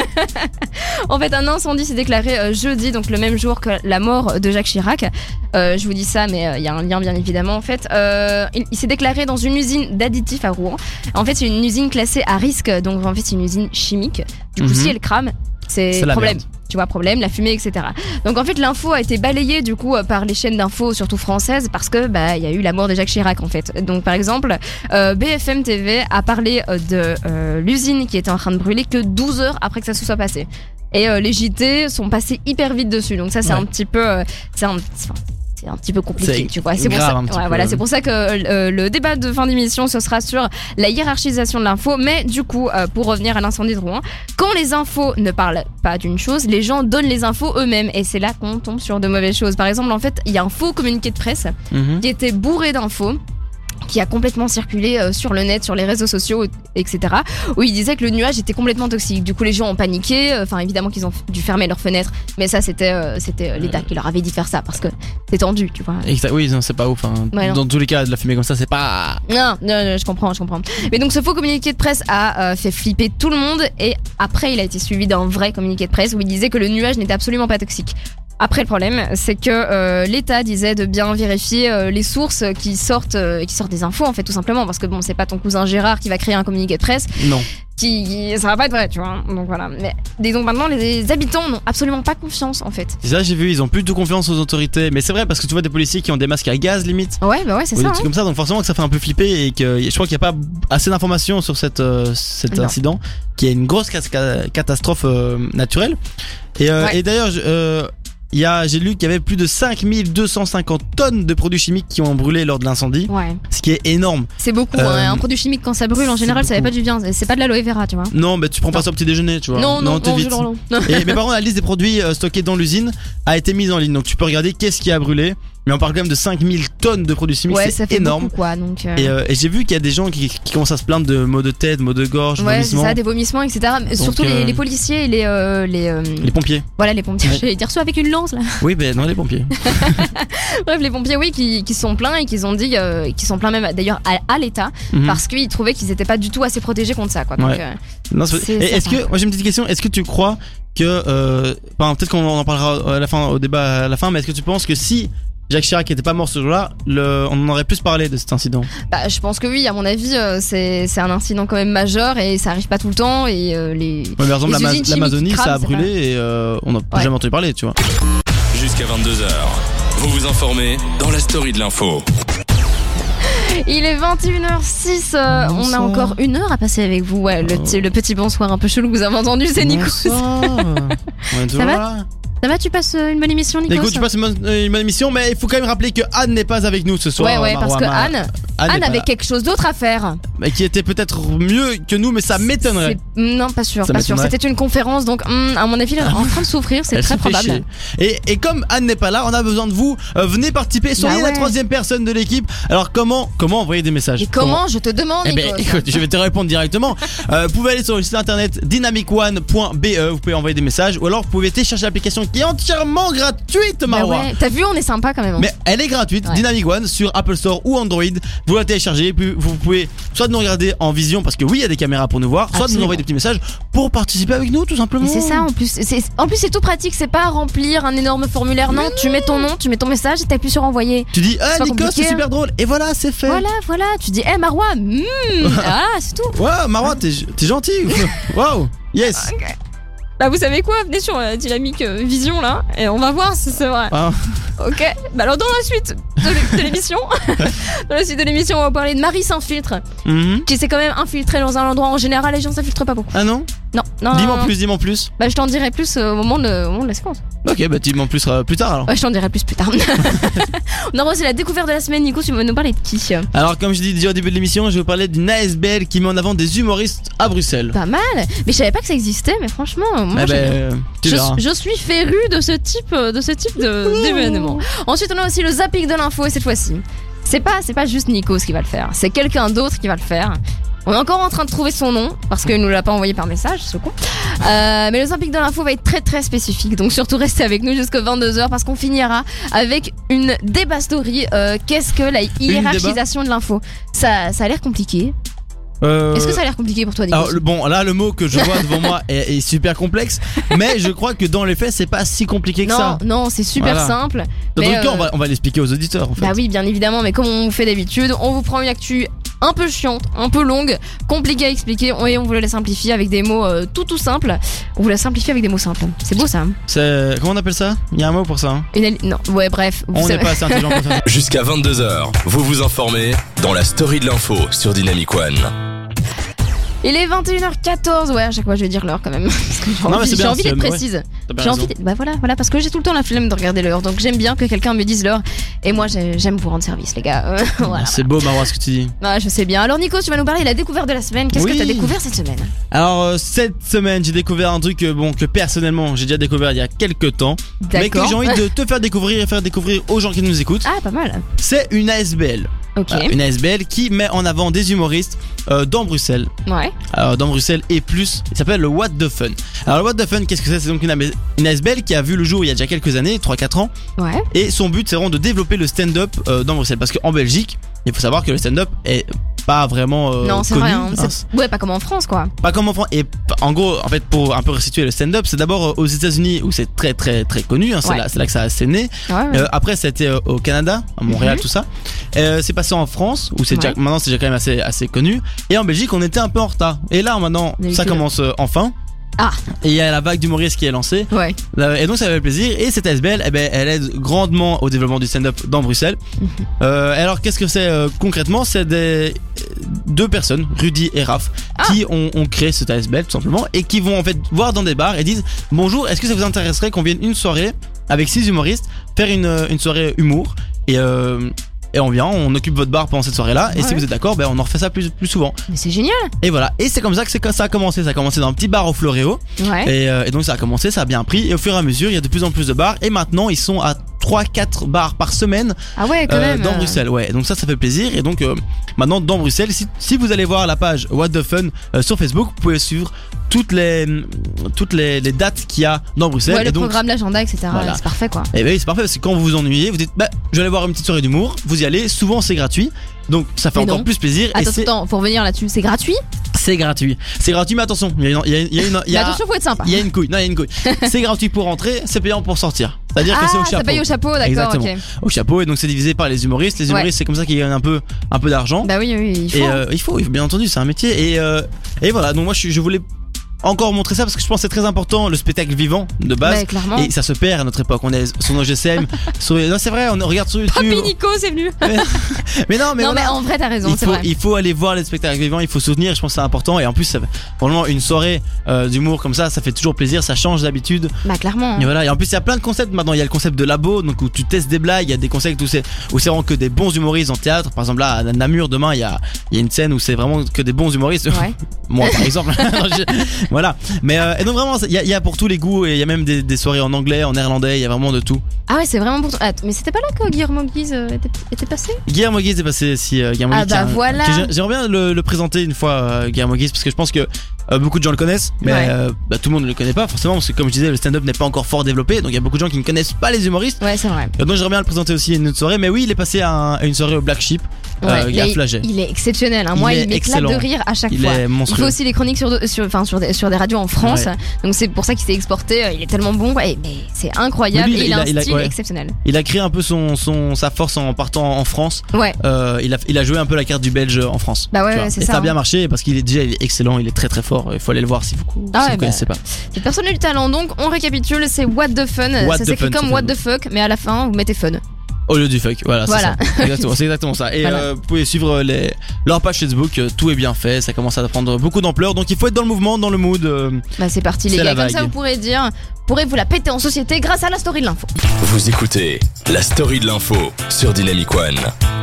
En fait, un incendie s'est déclaré euh, jeudi, donc le même jour que la mort de Jacques Chirac. Euh, je vous dis ça, mais il y a un lien bien évidemment. En fait, euh, il, il s'est déclaré dans une usine d'additifs à Rouen. En fait, c'est une usine classée à risque, donc en fait, c'est une usine chimique. Du coup, Mhm. si elle crame, c'est C'est la problème. merde. Tu vois, problème, la fumée, et cetera. Donc en fait, l'info a été balayée du coup par les chaînes d'infos, surtout françaises, parce que bah il y a eu la mort de Jacques Chirac en fait. Donc par exemple, euh, B F M T V a parlé euh, de euh, l'usine qui était en train de brûler que douze heures après que ça se soit passé. Et euh, les J T sont passés hyper vite dessus. Donc ça c'est Ouais. un petit peu, euh, c'est un, enfin, c'est un petit peu compliqué, C'est tu vois. C'est pour grave ça, un petit ouais, peu, voilà, ouais. c'est pour ça que euh, le débat de fin d'émission ce sera sur la hiérarchisation de l'info. Mais du coup, euh, pour revenir à l'incendie de Rouen, quand les infos ne parlent pas d'une chose, les gens donnent les infos eux-mêmes et c'est là qu'on tombe sur de mauvaises choses. Par exemple, en fait, il y a un faux communiqué de presse Mhm. qui était bourré d'infos, qui a complètement circulé euh, sur le net, sur les réseaux sociaux, et cetera. Où il disait que le nuage était complètement toxique. Du coup, les gens ont paniqué. Enfin, évidemment qu'ils ont dû fermer leurs fenêtres, mais ça, c'était euh, c'était euh, l'État qui leur avait dit de faire ça parce que c'est tendu, tu vois. Exact, oui, non, c'est pas ouf. Hein. Ouais, non. Dans tous les cas, de la fumée comme ça, c'est pas. Non, non, non, je comprends, je comprends. Mais donc ce faux communiqué de presse a euh, fait flipper tout le monde et après il a été suivi d'un vrai communiqué de presse où il disait que le nuage n'était absolument pas toxique. Après le problème, c'est que euh, l'État disait de bien vérifier euh, les sources qui sortent, euh, qui sortent des infos en fait tout simplement parce que bon c'est pas ton cousin Gérard qui va créer un communiqué de presse, Non. qui ça va pas être vrai tu vois. Donc voilà. Mais et donc maintenant les habitants n'ont absolument pas confiance en fait. C'est ça, j'ai vu, ils ont plus de confiance aux autorités. Mais c'est vrai parce que tu vois des policiers qui ont des masques à gaz limite. Ouais bah ouais c'est Ou des ça. trucs hein. comme ça, donc forcément que ça fait un peu flipper et que je crois qu'il n'y a pas assez d'informations sur cette, euh, cet Non. incident, qui est une grosse cas- ca- catastrophe euh, naturelle. Et, euh, Ouais. et d'ailleurs, je- euh, il y a, j'ai lu qu'il y avait plus de cinq mille deux cent cinquante tonnes de produits chimiques qui ont brûlé lors de l'incendie, Ouais. ce qui est énorme. C'est beaucoup. Euh, hein. Un produit chimique quand ça brûle en c'est général ça va beaucoup. pas du bien. C'est pas de l'aloe vera tu vois. Non, mais tu prends pas Non. ça au petit déjeuner, tu vois. Non non non, t'évites. non, non, non. Et, mais par contre, la liste des produits euh, stockés dans l'usine a été mise en ligne, donc tu peux regarder qu'est-ce qui a brûlé. Mais on parle quand même de cinq mille tonnes de produits chimiques, Ouais, c'est ça fait énorme. beaucoup quoi donc. euh, Et, euh, et j'ai vu qu'il y a des gens qui, qui commencent à se plaindre de maux de tête, maux de gorge, Ouais, c'est vomissements. ça, des vomissements, et cetera. Mais surtout euh, les, les policiers et les. euh, les, euh, Les pompiers. Voilà, les pompiers. Ouais. J'allais dire ceux avec une lance là. Oui, ben non, les pompiers. Bref, les pompiers, oui, qui, qui sont plaints et qui ont dit. Euh, qui sont plaints même d'ailleurs à, à l'État Mhm. parce qu'ils trouvaient qu'ils étaient pas du tout assez protégés contre ça quoi. Donc, Ouais. euh, Non, c'est- C'est- et c'est est-ce ça. que, moi j'ai une petite question, est-ce que tu crois que, euh, enfin, peut-être qu'on en parlera à la fin, au débat à la fin, mais est-ce que tu penses que si Jacques Chirac était pas mort ce jour-là, le, on en aurait plus parlé de cet incident? bah, je pense que oui, à mon avis, euh, c'est c'est un incident quand même majeur et ça arrive pas tout le temps. Et euh, les. Ouais, mais par exemple, Les l'Ama- usines chimiques l'Amazonie, qui ça a crament, c'est brûlé et euh, on n'a Ouais. jamais entendu parler, tu vois. Jusqu'à vingt-deux heures, vous vous informez dans la story de l'info. Il est vingt et une heures six, euh, on a encore une heure à passer avec vous. Ouais, le, t- le petit bonsoir un peu chelou que vous avez entendu, c'est Nico. Ça va Ça va, tu passes une bonne émission, Nico? Écoute, tu passes une bonne, une bonne émission, mais il faut quand même rappeler que Anne n'est pas avec nous ce soir. Ouais, ouais, parce que Anne, Anne, Anne avait là. quelque chose d'autre à faire. Mais qui était peut-être mieux que nous, mais ça m'étonnerait. C'est... Non, pas sûr, ça pas sûr. C'était une conférence, donc hum, à mon avis, elle est en train de souffrir, c'est Elle très probable. Et, et comme Anne n'est pas là, on a besoin de vous. Euh, venez participer, soyez bah ouais. la troisième personne de l'équipe. Alors comment, comment envoyer des messages? Et comment, comment je te demande, Eh ben, Nico, écoute, je vais te répondre directement. euh, vous pouvez aller sur le site internet dynamic one point b e, vous pouvez envoyer des messages, ou alors vous pouvez télécharger l'application qui est entièrement gratuite, Marwa. Bah ouais. T'as vu, on est sympa quand même. Mais elle est gratuite, ouais. Dynamic One sur Apple Store ou Android. Vous la téléchargez, puis vous pouvez soit nous regarder en vision parce que oui, il y a des caméras pour nous voir, soit de nous envoyer des petits messages pour participer avec nous, tout simplement. Et c'est ça en plus. C'est, en plus, c'est tout pratique. C'est pas remplir un énorme formulaire. Non, tu mets ton nom, tu mets ton message et t'appuies sur envoyer. Tu dis, ah, Nico, c'est super drôle. Et voilà, c'est fait. Voilà, voilà. Tu dis, hé, hey, Marwa, mm, ah, c'est tout. Ouais, Marwa, t'es, t'es gentil. Waouh, yes. Okay. Bah vous savez quoi, venez sur la dynamique euh, Vision là et on va voir si c'est vrai. Ah. Ok, bah alors dans la suite de, de l'émission, dans la suite de l'émission on va parler de Marie s'infiltre, mm-hmm. qui s'est quand même infiltrée dans un endroit. En général les gens s'infiltrent pas beaucoup. Ah non? Non, non. Dis-moi plus, dis-moi plus. Bah je t'en dirai plus euh, au, moment de, au moment de la séquence. Ok, bah dis-moi plus euh, plus tard alors. Ouais, je t'en dirai plus plus tard. On aura aussi la découverte de la semaine. Nico, tu vas nous parler de qui? Alors comme je dis déjà au début de l'émission, je vais vous parler d'une A S B L qui met en avant des humoristes à Bruxelles. Pas mal, mais je savais pas que ça existait, mais franchement moi eh ben, euh, je, je suis féru de ce type de ce type de, d'événement. Ensuite on a aussi le zapping de l'info et cette fois-ci c'est pas, c'est pas juste Nico qui va le faire, c'est quelqu'un d'autre qui va le faire. On est encore en train de trouver son nom parce qu'il nous l'a pas envoyé par message, ce con. Euh, mais le zapping de l'info va être très très spécifique, donc surtout restez avec nous jusqu'à vingt-deux heures parce qu'on finira avec une débat story. Euh, qu'est-ce que la hiérarchisation de l'info? Ça, ça a l'air compliqué. Euh... Est-ce que ça a l'air compliqué pour toi, Nico? Alors, bon, là, le mot que je vois devant moi est, est super complexe, mais je crois que dans les faits, c'est pas si compliqué que non, ça. Non, c'est super voilà. simple. Dans mais le cas, euh... on va, on va l'expliquer aux auditeurs, en fait. Bah oui, bien évidemment, mais comme on fait d'habitude, on vous prend une actu un peu chiante, un peu longue, compliquée à expliquer, et on vous la simplifie avec des mots euh, tout tout simples. On vous la simplifie avec des mots simples. C'est beau ça. Hein. C'est comment on appelle ça? Il y a un mot pour ça. Hein une... Non, ouais, bref. On n'est pas assez intelligent pour ça. Jusqu'à vingt-deux heures, vous vous informez dans la story de l'info sur Dynamic One. Il est vingt et une heures quatorze, ouais, à chaque fois je vais dire l'heure quand même. Parce que j'ai non, envie, j'ai bien, envie d'être ouais. précise. J'ai envie d'être... Bah voilà, voilà, parce que j'ai tout le temps la flemme de regarder l'heure, donc j'aime bien que quelqu'un me dise l'heure. Et moi j'aime vous rendre service, les gars. Euh, voilà, c'est voilà. beau, Marwa, ce que tu dis. Ouais, je sais bien. Alors Nico, tu vas nous parler de la découverte de la semaine. Qu'est-ce oui. que t'as découvert cette semaine? Alors euh, cette semaine, j'ai découvert un truc euh, bon que personnellement j'ai déjà découvert il y a quelques temps, D'accord. mais que j'ai envie de te faire découvrir et faire découvrir aux gens qui nous écoutent. Ah, pas mal. C'est une A S B L. Ok. Voilà, une A S B L qui met en avant des humoristes euh, dans Bruxelles. Ouais. Alors dans Bruxelles et plus, il s'appelle le What the Fun. Alors le What the Fun, qu'est-ce que c'est? C'est donc une, une A S B L qui a vu le jour il y a déjà quelques années, trois quatre ans. Ouais. Et son but c'est vraiment de développer le stand-up euh, dans Bruxelles. Parce qu'en Belgique, il faut savoir que le stand-up est pas vraiment euh, non, c'est connu. vrai, hein. C'est... Ouais, pas comme en France quoi. Pas comme en France. Et en gros, en fait, pour un peu restituer le stand-up, c'est d'abord aux États-Unis où c'est très très très connu. Hein, c'est, ouais. là, c'est là que ça a asséné. Ouais, ouais. Euh, après, c'était au Canada, à Montréal, mm-hmm. tout ça. Euh, c'est passé en France où c'est ouais. déjà, maintenant c'est déjà quand même assez assez connu. Et en Belgique, on était un peu en retard. Et là, maintenant, ça commence euh, enfin. Ah. Et il y a la vague d'humoristes qui est lancée. Ouais. Et donc ça fait plaisir. Et cette A S B L, eh ben, elle aide grandement au développement du stand-up dans Bruxelles. Mm-hmm. Euh, alors qu'est-ce que c'est euh, concrètement? C'est des deux personnes, Rudy et Raph, ah. qui ont, ont créé cette A S B L tout simplement et qui vont en fait voir dans des bars et disent bonjour, est-ce que ça vous intéresserait qu'on vienne une soirée avec six humoristes faire une une soirée humour et euh, Et on vient, on occupe votre bar pendant cette soirée-là. Et ouais. si vous êtes d'accord, ben on en refait ça plus, plus souvent. Mais c'est génial. Et voilà. Et c'est comme ça que c'est, ça a commencé. Ça a commencé dans un petit bar au Floréo. Ouais. Et, euh, et donc ça a commencé, ça a bien pris. Et au fur et à mesure, il y a de plus en plus de bars. Et maintenant, ils sont à trois quatre bars par semaine. Ah ouais, quand euh, même. Dans Bruxelles. Ouais. Donc ça, ça fait plaisir. Et donc euh, maintenant, dans Bruxelles, si, si vous allez voir la page What the Fun euh, sur Facebook, vous pouvez suivre toutes les toutes les, les dates qu'il y a dans Bruxelles. Ouais, et le donc, programme, l'agenda, et cetera. Voilà. C'est parfait, quoi. Et oui, c'est parfait parce que quand vous vous ennuyez, vous dites, bah, je vais aller voir une petite soirée d'humour. Vous y allez. Souvent, c'est gratuit. Donc ça fait mais encore non. plus plaisir. Attends, et c'est... attends, pour revenir là-dessus, c'est gratuit? C'est gratuit. C'est gratuit, mais attention, il y a une, il y a une, il y a une, il y a, mais attention, faut être sympa. Il y a une couille. Non, il y a une couille. C'est gratuit pour rentrer, c'est payant pour sortir. C'est-à-dire ah, que c'est au chapeau. Ça paye au chapeau, d'accord. Exactement. Okay. Au chapeau, et donc c'est divisé par les humoristes. Les humoristes, ouais. c'est comme ça qu'ils gagnent un peu, un peu d'argent. Bah oui, oui, il faut. Et euh, il faut, il faut bien entendu, c'est un métier. Et euh, et voilà. Donc moi, je, je voulais encore montrer ça parce que je pense que c'est très important, le spectacle vivant de base. Bah, clairement. Et ça se perd à notre époque. On est sur nos G S M. sur... Non, c'est vrai, on regarde sur YouTube. Papy Nico, c'est venu. Mais non, mais, non, voilà. mais en vrai, t'as raison, il c'est faut, vrai. il faut aller voir les spectacles vivants, il faut soutenir, je pense que c'est important. Et en plus, ça, vraiment, une soirée euh, d'humour comme ça, ça fait toujours plaisir, ça change d'habitude. Bah, clairement. Et voilà, et en plus, il y a plein de concepts maintenant. Il y a le concept de labo, donc où tu testes des blagues. Il y a des concepts où c'est, où c'est vraiment que des bons humoristes en théâtre. Par exemple, là, à Namur, demain, il y a, il y a une scène où c'est vraiment que des bons humoristes. Ouais. Moi, par exemple. Voilà. Mais, euh, et donc, vraiment, il y, a, il y a pour tous les goûts. Et il y a même des, des soirées en anglais, en néerlandais. Il y a vraiment de tout. Ah ouais, c'est vraiment pour. Ah, mais c'était pas là que Guillermo Guise euh, était, était passé Guillermo Guise est passé si euh, Guillermo Ah Guise, bah qui a un- voilà. qui- j'ai- J'aimerais bien le, le présenter une fois, euh, Guillermo Guise, parce que je pense que euh, beaucoup de gens le connaissent, mais Ouais. euh, bah, tout le monde ne le connaît pas forcément, parce que comme je disais, le stand-up n'est pas encore fort développé, donc il y a beaucoup de gens qui ne connaissent pas les humoristes. Ouais, c'est vrai. Et donc j'aimerais bien le présenter aussi à une autre soirée, mais oui, il est passé à, un- à une soirée au Black Sheep, Ouais, euh, il y a mais Flagey. il est exceptionnel. Hein. Il Moi, est il m'éclate de excellent. rire à chaque Il fois. est Il monstrueux. fait aussi les chroniques sur, de- sur, enfin, sur, des, sur des radios en France. Ouais. Donc c'est pour ça qu'il s'est exporté. euh, Il est tellement bon. quoi. Et- mais c'est incroyable. Mais lui, et il il a- a un il a- style ouais. exceptionnel. Il a créé un peu son, son, sa force en partant en France. Ouais. Euh, il, a, il a joué un peu la carte du Belge en France. Bah ouais, tu vois. ouais, c'est et ça, ça a bien hein. marché parce qu'il est déjà il est excellent, il est très très fort. Il faut aller le voir si vous, si Ah vous ouais, ne bah, connaissez pas. C'est personne du talent. Donc on récapitule. C'est What the Fun. What ça the s'écrit Fun, comme ça What fait the fuck, mais à la fin vous mettez fun. Au lieu du fuck, voilà, Voilà. c'est ça. Exactement, c'est exactement ça. Et Voilà. euh, vous pouvez suivre les, leur page Facebook, euh, tout est bien fait, ça commence à prendre beaucoup d'ampleur, donc il faut être dans le mouvement, dans le mood. euh, Bah c'est parti les C'est gars. la Comme ça vague. vous pourrez dire, pourrez vous la péter en société grâce à la story de l'info. Vous écoutez la story de l'info sur Dynamic One.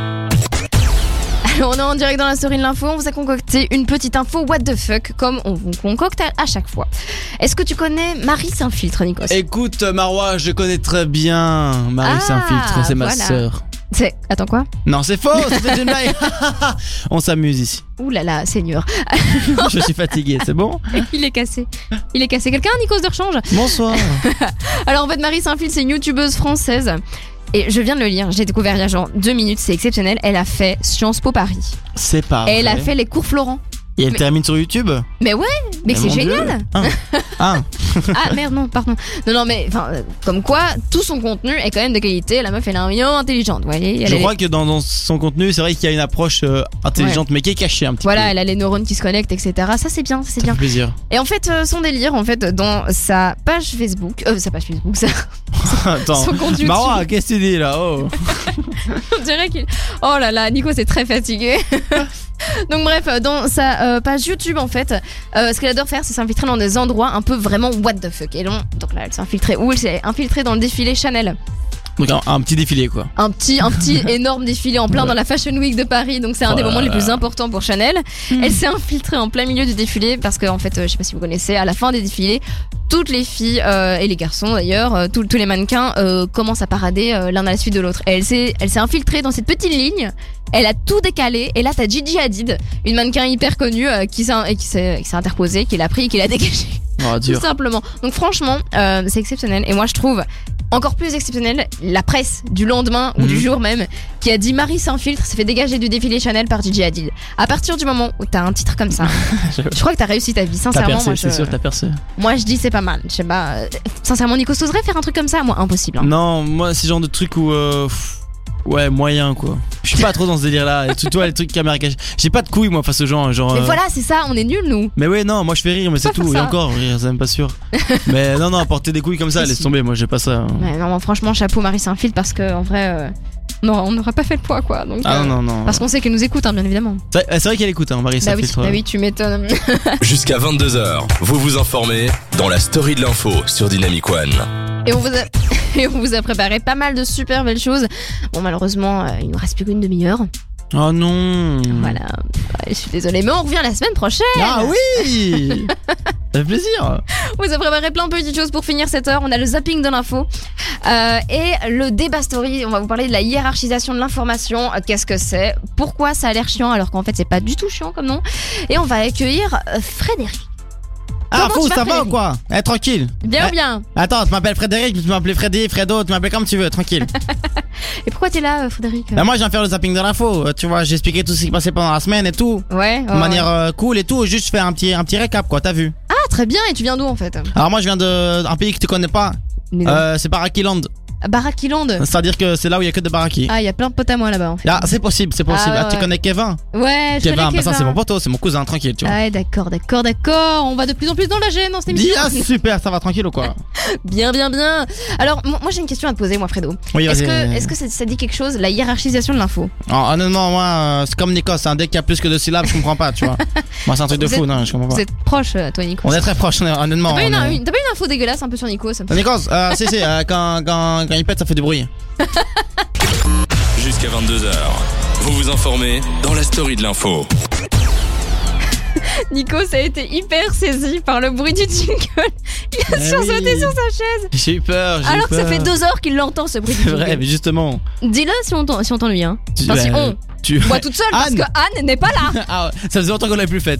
Alors on est en direct dans la story de l'info, on vous a concocté une petite info what the fuck comme on vous concocte à, à chaque fois. Est-ce que tu connais Marie Saint-Filtre, Nikos? Écoute, Marois, je connais très bien Marie Ah, Saint-Filtre, c'est ma voilà. sœur. C'est... Attends quoi? Non, c'est faux, c'était une blague. On s'amuse ici. Ouh là là, Seigneur. Je suis fatigué, c'est bon? Il est cassé. Il est cassé. Quelqu'un, Nikos de rechange? Bonsoir. Alors en fait Marie Saint-Filtre c'est une youtubeuse française. Et je viens de le lire, j'ai découvert il y a genre deux minutes, c'est exceptionnel. Elle a fait Sciences Po Paris. C'est pas Et elle a vrai. fait les cours Florent. Et elle mais- termine sur YouTube? Mais ouais, mais, c'est mon Dieu. génial. Ah. Ah. Ah merde non pardon. Non non mais enfin euh, comme quoi tout son contenu est quand même de qualité. La meuf elle est un million intelligente. Vous voyez, elle Je est- crois que dans, dans son contenu, c'est vrai qu'il y a une approche euh, intelligente, mais qui est cachée un petit Voilà, peu. elle a les neurones qui se connectent, et cetera. Ça c'est bien, ça c'est Ça bien. fait plaisir. Et en fait euh, son délire en fait dans sa page Facebook, euh, sa page Facebook, ça, Attends. son compte YouTube. Marois, qu'est-ce que tu dis là? Oh. On dirait qu'il. Oh là là, Nico c'est très fatigué. Donc bref, dans sa euh, page YouTube en fait, euh, ce qu'elle adore faire c'est s'infiltrer dans des endroits un peu vraiment what the fuck. Et donc, donc là elle s'est infiltrée où? Elle s'est infiltrée dans le défilé Chanel. Donc un, un petit défilé quoi. Un petit, un petit énorme défilé en plein Ouais. dans la Fashion Week de Paris. Donc c'est un Oh des là moments les là. plus importants pour Chanel. Elle s'est infiltrée en plein milieu du défilé parce que en fait, euh, je sais pas si vous connaissez, à la fin des défilés, toutes les filles euh, et les garçons d'ailleurs, euh, tous tous les mannequins euh, commencent à parader euh, l'un à la suite de l'autre. Et elle s'est, elle s'est infiltrée dans cette petite ligne. Elle a tout décalé et là t'as Gigi Hadid, une mannequin hyper connue euh, qui s'est, et qui s'est, qui s'est interposée, qui l'a pris et qui l'a dégagé. Oh, Tout dur. simplement. Donc franchement, euh, c'est exceptionnel. Et moi je trouve encore plus exceptionnel la presse du lendemain ou Mhm. du jour même qui a dit Marie Saint-Filtre s'est fait dégager du défilé Chanel par Gigi Hadid. À partir du moment où t'as un titre comme ça, je crois que t'as réussi ta vie. T'as Sincèrement, percé, moi, c'est je... sûr, t'as percé. moi je dis c'est pas mal. Je sais pas. euh, Sincèrement, Nico, t'oserais faire un truc comme ça? Moi, impossible. hein. Non, moi, c'est le genre de truc où. euh, pff, ouais, moyen quoi. Je suis pas trop dans ce délire là. Et tout, toi, les trucs caméra cachée. J'ai pas de couilles moi face aux gens. Genre, Mais euh, voilà, c'est ça, on est nuls nous. Mais ouais, non, moi je fais rire, mais c'est Pas faire tout. Et ça. encore, rire, c'est même pas sûr. Mais non, non, porter des couilles comme ça, Si, laisse si. tomber, moi j'ai pas ça. hein. Ouais, non, franchement, chapeau Marie Saint-Filtre parce que en vrai, euh, non, on n'aurait pas fait le poids quoi. Donc, Ah euh, non, non, non. Parce qu'on sait qu'elle nous écoute, hein, bien évidemment. C'est c'est vrai qu'elle écoute, hein, Marie Bah oui, Saint-Filtre. bah oui, tu m'étonnes. Jusqu'à vingt-deux heures, vous vous informez dans la story de l'info sur Dynamic One. Et on vous a, et on vous a préparé pas mal de super belles choses. Bon, malheureusement, euh, il nous reste plus qu'une demi-heure. Oh non. Voilà. Ouais, je suis désolée, mais on revient la semaine prochaine. Ah oui. Ça fait plaisir. On vous a préparé plein de petites choses pour finir cette heure. On a le zapping de l'info euh, et le débat story. On va vous parler de la hiérarchisation de l'information. Euh, Qu'est-ce que c'est? Pourquoi ça a l'air chiant alors qu'en fait c'est pas du tout chiant comme nom? Et on va accueillir euh, Frédéric. Ah, Comment fou, tu vas, ça va ou Frédéric? quoi? Eh, tranquille. Bien Eh, ou bien? Attends, tu m'appelles Frédéric, tu m'appelles Freddy, Fredo, tu m'appelles comme tu veux, tranquille. Et pourquoi t'es là, euh, Frédéric? Bah, moi, je viens faire le zapping de l'info. euh, Tu vois, j'ai expliqué tout ce qui passait pendant la semaine et tout. Ouais. De ouais, manière ouais. euh, cool et tout. Juste faire un petit, un petit récap, quoi, t'as vu? Ah, très bien. Et tu viens d'où en fait? Alors, moi, je viens d'un pays que tu connais pas. Mais non. Euh, c'est Parakiland. Barakiland. C'est-à-dire que c'est là où il y a que des baraquis. Ah, il y a plein de potes à moi là-bas. En fait. Ah, c'est possible, c'est possible. Ah, ouais, ah, tu ouais. connais Kevin? Ouais, je Kevin, connais bah Kevin. ça c'est mon poteau, c'est mon cousin, tranquille, tu vois. Ouais, d'accord, d'accord, d'accord. On va de plus en plus dans la gêne dans cette Dis, émission. ah, super, ça va tranquille ou quoi? Bien, bien, bien. Alors, moi moi, j'ai une question à te poser, moi, Fredo. Oui, Est-ce vas-y. que, est-ce que ça, ça dit quelque chose, la hiérarchisation de l'info? Oh, honnêtement, moi, euh, c'est comme Nikos, hein, dès qu'il y a plus que deux syllabes, je comprends pas, tu vois. Moi, c'est un truc de Vous fou, êtes- non, je comprends Vous pas. êtes proche, euh, toi, Nico. On est très proches, on est- honnêtement. T'as pas, une, on est- une- t'as pas une info dégueulasse un peu sur Nico ça me fait- Nikos, euh, si, si, euh, quand, quand, quand il pète, ça fait du bruit. Jusqu'à vingt-deux heures, vous vous informez dans la story de l'info. Nico, ça a été hyper saisi par le bruit du jingle. Il a Eh sursauté oui. sur sa chaise. J'ai eu peur, j'ai eu Alors que ça peur. fait deux heures qu'il l'entend, ce bruit du C'est jingle. vrai, mais justement. Dis-le si on t'en- si on t'ennuie. Hein. Tu, Enfin, si bah, on. tu... Moi toute seule, parce Anne. que Anne n'est pas là. Ah, ouais, ça faisait longtemps qu'on l'avait plus faite.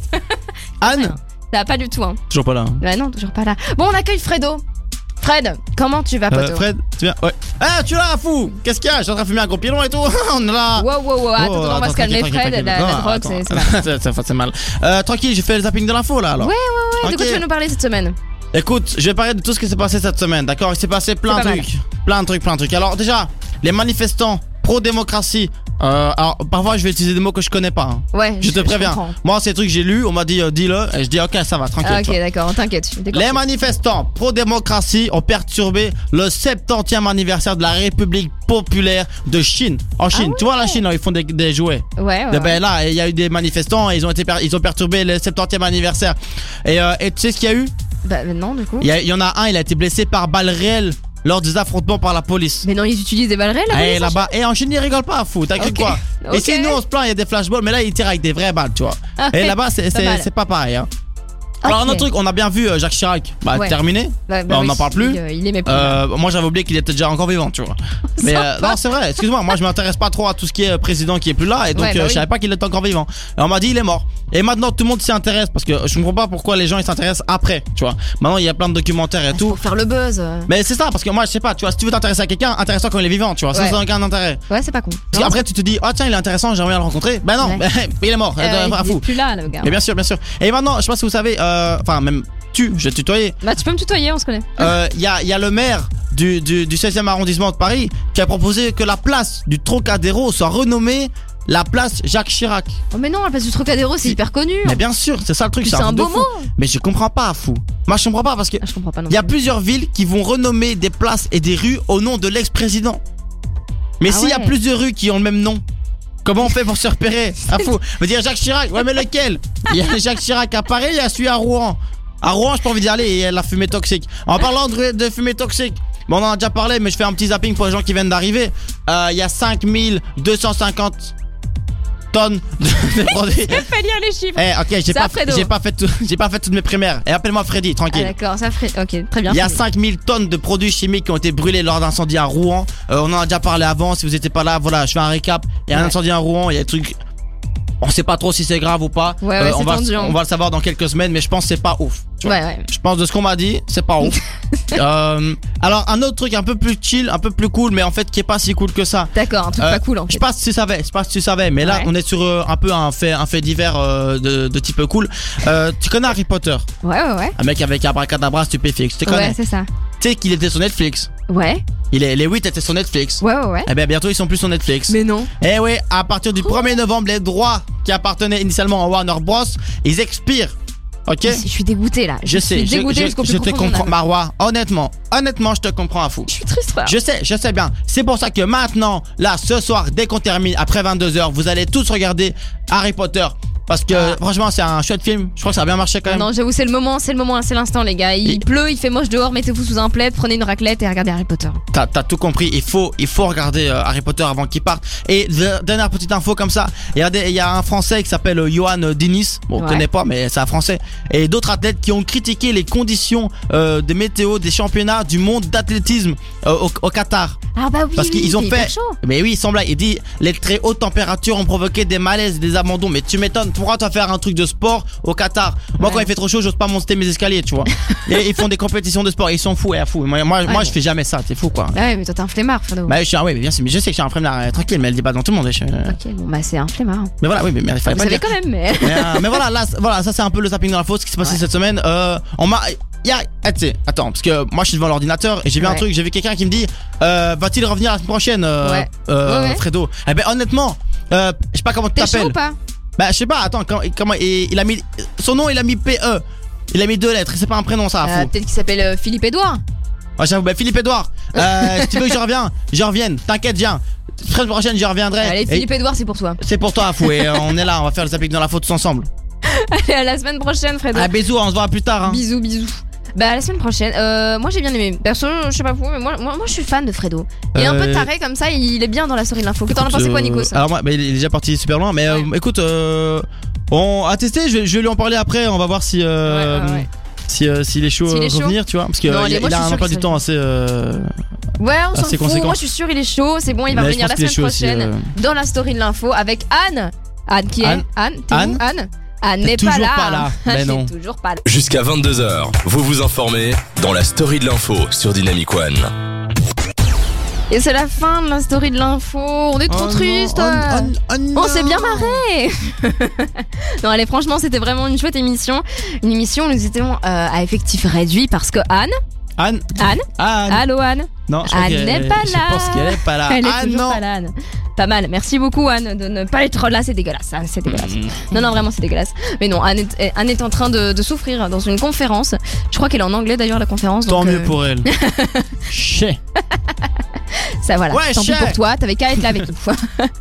Anne? Ça va pas du tout. Hein. Toujours pas là. hein. Bah non, toujours pas là. Bon, on accueille Fredo. Fred, comment tu vas, Euh, poteau? Fred, tu viens? Ouais. Ah, tu es là, fou! Qu'est-ce qu'il y a? Je suis en train de fumer un gros pilon et tout. On est là. Wow, wow, wow. Attends, Oh, attends, on va attends, se calmer, tranquille, Fred. tranquille, La, tranquille. la Non, drogue, attends. c'est c'est mal. c'est c'est- c'est mal. Euh, tranquille, j'ai fait le zapping de l'info là alors. Ouais, ouais, ouais. De quoi Ok. tu vas nous parler cette semaine? Écoute, je vais parler de tout ce qui s'est passé cette semaine, d'accord? Il s'est passé plein C'est de pas trucs. Plein de trucs, plein de trucs. Alors, déjà, les manifestants pro-démocratie. Euh, alors, parfois, je vais utiliser des mots que je connais pas. hein. Ouais, Je te préviens. comprends. Moi, c'est des trucs que j'ai lus, on m'a dit euh, dis-le, et je dis ok, ça va, tranquille. Ah, tu ok, vois. d'accord, t'inquiète. je décortique. Les manifestants pro-démocratie ont perturbé le septantième anniversaire de la République populaire de Chine. En Chine, ouais. tu vois la Chine, là, ils font des, des jouets. Ouais, ouais. Eh ouais. ben là, il y a eu des manifestants, et ils ont été, per- ils ont perturbé le septantième anniversaire. Et, euh, et tu sais ce qu'il y a eu? Bah, bah non, du coup. Il y, a- il y en a un, il a été blessé par balle réelle lors des affrontements par la police. Mais non, ils utilisent des balles réelles là. Et là-bas, et en Chine, ils rigolent pas, fou, t'as cru Ok. quoi? Ok. Ici, nous, on se plaint, il y a des flashballs, mais là, ils tirent avec des vraies balles, tu vois. Ah, Et ouais. là-bas, c'est Pas c'est- mal. c'est pas pareil, hein. Alors, Ok. un autre truc, on a bien vu euh, Jacques Chirac, bah, Ouais. terminé. Bah, bah Bah, on oui, n'en parle plus. Il, euh, il aimait plus. Euh, moi j'avais oublié qu'il était déjà encore vivant, tu vois. Mais euh, Sympa. non, c'est vrai, excuse-moi, moi je m'intéresse pas trop à tout ce qui est euh, président qui est plus là et donc Ouais, bah euh, oui. je savais pas qu'il était encore vivant. Et on m'a dit il est mort. Et maintenant tout le monde s'y intéresse parce que je comprends pas pourquoi les gens ils s'intéressent après, tu vois. Maintenant il y a plein de documentaires et tout. Pour faire le buzz. euh. Mais c'est ça parce que moi je sais pas, tu vois, si tu veux t'intéresser à quelqu'un, intéresse-toi quand il est vivant, tu vois, Ouais. sans aucun intérêt. Ouais, c'est pas con. Parce qu'après tu te dis, oh tiens il est intéressant, j'aimerais bien le rencontrer. Ben non, Ouais. il est mort, Euh, euh, il un est fou. plus là, le gars. Mais bien sûr, bien sûr. Et maintenant, je sais pas si vous savez, euh, enfin même tu, je vais te tutoyer. Bah, tu peux me tutoyer, on se connaît. Euh, Il y, a, y a le maire du, du, du seizième arrondissement de Paris qui a proposé que la place du Trocadéro soit renommée la place Jacques Chirac. Oh, mais non, la place du Trocadéro, c'est Si. hyper connu. Mais bien sûr, c'est ça le truc, Puis c'est c'est un, un truc de beau fou. mot. Mais je comprends pas, fou. Moi je comprends pas parce que Ah, je comprends pas non il y a plus. plusieurs villes qui vont renommer des places et des rues au nom de l'ex-président. Mais Ah s'il y a ouais. plusieurs rues qui ont le même nom, comment on fait pour se repérer? Ah fou. Vous dire Jacques Chirac, ouais mais lequel? Il y a Jacques Chirac à Paris, il y a celui à Rouen. À Rouen, j'ai pas envie d'y aller, il y a la fumée toxique. En parlant de, de fumée toxique, bon, on en a déjà parlé, mais je fais un petit zapping pour les gens qui viennent d'arriver. Euh, Il y a cinq mille deux cent cinquante tonnes de, de produits. Fais lire les chiffres. Eh, ok, j'ai C'est pas, à Fredo. j'ai pas fait tout- j'ai pas fait toutes mes primaires. Et appelle-moi Freddy, Ah, tranquille. d'accord, ça ferait. Ok, très bien. Il y a Freddy. cinq mille tonnes de produits chimiques qui ont été brûlés lors d'incendies à Rouen. Euh, on en a déjà parlé avant. Si vous n'étiez pas là, voilà, je fais un récap. Il y a un Ouais. incendie à Rouen. Il y a des trucs. On sait pas trop si c'est grave ou pas. Ouais, ouais, c'est on, va, tendu, hein. on va le savoir dans quelques semaines, mais je pense que c'est pas ouf. tu vois. Ouais, ouais. Je pense de ce qu'on m'a dit, c'est pas ouf. Euh, alors un autre truc un peu plus chill, un peu plus cool, mais en fait qui est pas si cool que ça. D'accord, un truc Euh, pas cool en Je fait. sais pas si tu savais, je sais pas si tu savais, mais là Ouais. on est sur euh, un peu un fait, un fait divers euh, de, de type cool. Euh, tu connais Harry Potter, Ouais, ouais, ouais. un mec avec abracadabra stupéfixe, tu connais. Ouais, c'est ça. Tu sais qu'il était sur Netflix. Ouais, Il est, les huit étaient sur Netflix. ouais, ouais, ouais. Eh bien bientôt ils sont plus sur Netflix. Mais non. Eh oui, à partir du premier novembre, les droits qui appartenaient initialement à Warner Bros, ils expirent. Ok. Je je suis dégoûtée là. Je sais, suis je, dégoûtée je- jusqu'au je plus te profond de mon comprends, âme. Marois. Honnêtement, honnêtement, je te comprends à fou. Je suis triste. frère. Je sais, je sais bien. C'est pour ça que maintenant, là, ce soir, dès qu'on termine, après vingt-deux heures, vous allez tous regarder Harry Potter. Parce que Ah. franchement, c'est un chouette film. Je crois que ça a bien marché quand même. Non, j'avoue, c'est le moment, c'est le moment, c'est l'instant, les gars. Il Et- pleut, il fait moche dehors, mettez-vous sous un plaid, prenez une raclette et regardez Harry Potter. T'as, t'as tout compris. Il faut, il faut regarder euh, Harry Potter avant qu'il parte. Et de- dernière petite info comme ça. Il y a des, il y a un Français qui s'appelle euh, Johan euh, Diniz. Bon, on Ouais. connaît pas, mais c'est un Français. Et d'autres athlètes qui ont critiqué les conditions euh, de météo des championnats du monde d'athlétisme euh, au, au Qatar. Ah bah oui, Parce oui, qu'ils ont c'est fait. hyper chaud. Mais oui, il semble. Il dit les très hautes températures ont provoqué des malaises, des abandons. Mais tu m'étonnes. Pourquoi tu vas faire un truc de sport au Qatar? Moi, Ouais. quand il fait trop chaud, j'ose pas monter mes escaliers, tu vois. Et ils font des compétitions de sport. Ils sont fous, et à fou. Moi, moi, moi, Ouais. je fais jamais ça. T'es fou, quoi. Bah ouais, mais toi t'es un flemmard, Fredo. Bah, je suis un, oui, mais bien sûr. Mais je sais que je suis un frère euh, tranquille, mais elle dit pas dans tout le monde. je- Ok, bon bah c'est un flemmard. Mais voilà, oui, mais, mais il fallait Vous pas le savez dire. quand même, mais. Mais, euh, mais voilà, là, c- voilà, ça c'est un peu le zapping dans la faute, ce qui s'est passé Ouais. cette semaine. Euh, on m'a, y a, ah, tu sais, attends, parce que moi je suis devant l'ordinateur et j'ai vu Ouais. un truc, j'ai vu quelqu'un qui me dit, euh, va-t-il revenir la semaine prochaine, euh, Ouais. euh, Ouais, ouais. Fredo? Eh ben honnêtement, euh, je sais pas comment tu T'es chaud t'appelles. ou pas? Bah je sais pas, attends, comment, comment il, il a mis, son nom il a mis P E, il a mis deux lettres, c'est pas un prénom ça, Euh, fou. Peut-être qu'il s'appelle euh, Philippe Edouard. Ah, j'avoue, bah Philippe Edouard, euh, si tu veux que je revienne, je revienne, t'inquiète, viens. La semaine prochaine j'y reviendrai. Allez, Et Philippe Edouard, c'est pour toi. c'est pour toi, fou, et euh, on est là, on va faire les appliques dans la faute tous ensemble. Allez, à la semaine prochaine, Fredo. Ah, bisous, on se voit plus tard. Hein. Bisous, bisous. Bah, à la semaine prochaine. Euh, moi, j'ai bien aimé. Perso, je sais pas vous, mais moi, moi, moi, je suis fan de Fredo. Il est un Euh, peu taré comme ça, il est bien dans la story de l'info. Que t'en as Écoute, pensé quoi, euh, Nikos? Alors moi, bah, il est déjà parti super loin, mais euh, Ouais. écoute, euh, on a testé, je vais, je vais lui en parler après, on va voir si euh, Ouais, ouais, ouais. si euh, s'il est chaud S'il à est chaud. revenir, tu vois, parce qu'il Non, allez, il moi, je a suis un sûre emploi qu'il du sera temps assez. Euh, Ouais, on s'en assez fout. conséquent. Moi, je suis sûre, il est chaud. C'est bon, il va Mais je revenir pense la qu'il est semaine chaud aussi, prochaine euh. dans la story de l'info avec Anne. Anne qui est Anne. Anne, t'es Anne. où, Anne Anne n'est Toujours pas là. pas là. Ben Elle non. est toujours pas là. Jusqu'à vingt-deux heures, vous vous informez dans la story de l'info sur Dynamic One. Et c'est la fin de la story de l'info. On est trop oh triste. non, oh, oh, oh non. On s'est bien marré. Non, allez, franchement, c'était vraiment une chouette émission. Une émission où nous étions euh, à effectif réduit parce que Anne. Anne. Anne. Anne. Allô, Anne. Non, je crois Anne qu'elle- n'est pas Je là. pense qu'elle est pas là. Elle est ah toujours non. pas là, Anne. Pas mal. Merci beaucoup, Anne, de ne pas être là. C'est dégueulasse. Anne, c'est dégueulasse. Mm. Non, non, vraiment, c'est dégueulasse. Mais non, Anne est, Anne est en train de, de souffrir dans une conférence. Je crois qu'elle est en anglais d'ailleurs, la conférence. Tant donc, mieux euh, pour elle. Chais. Ça, voilà. Ouais, Tant pis chais. pour toi, t'avais qu'à être là avec nous.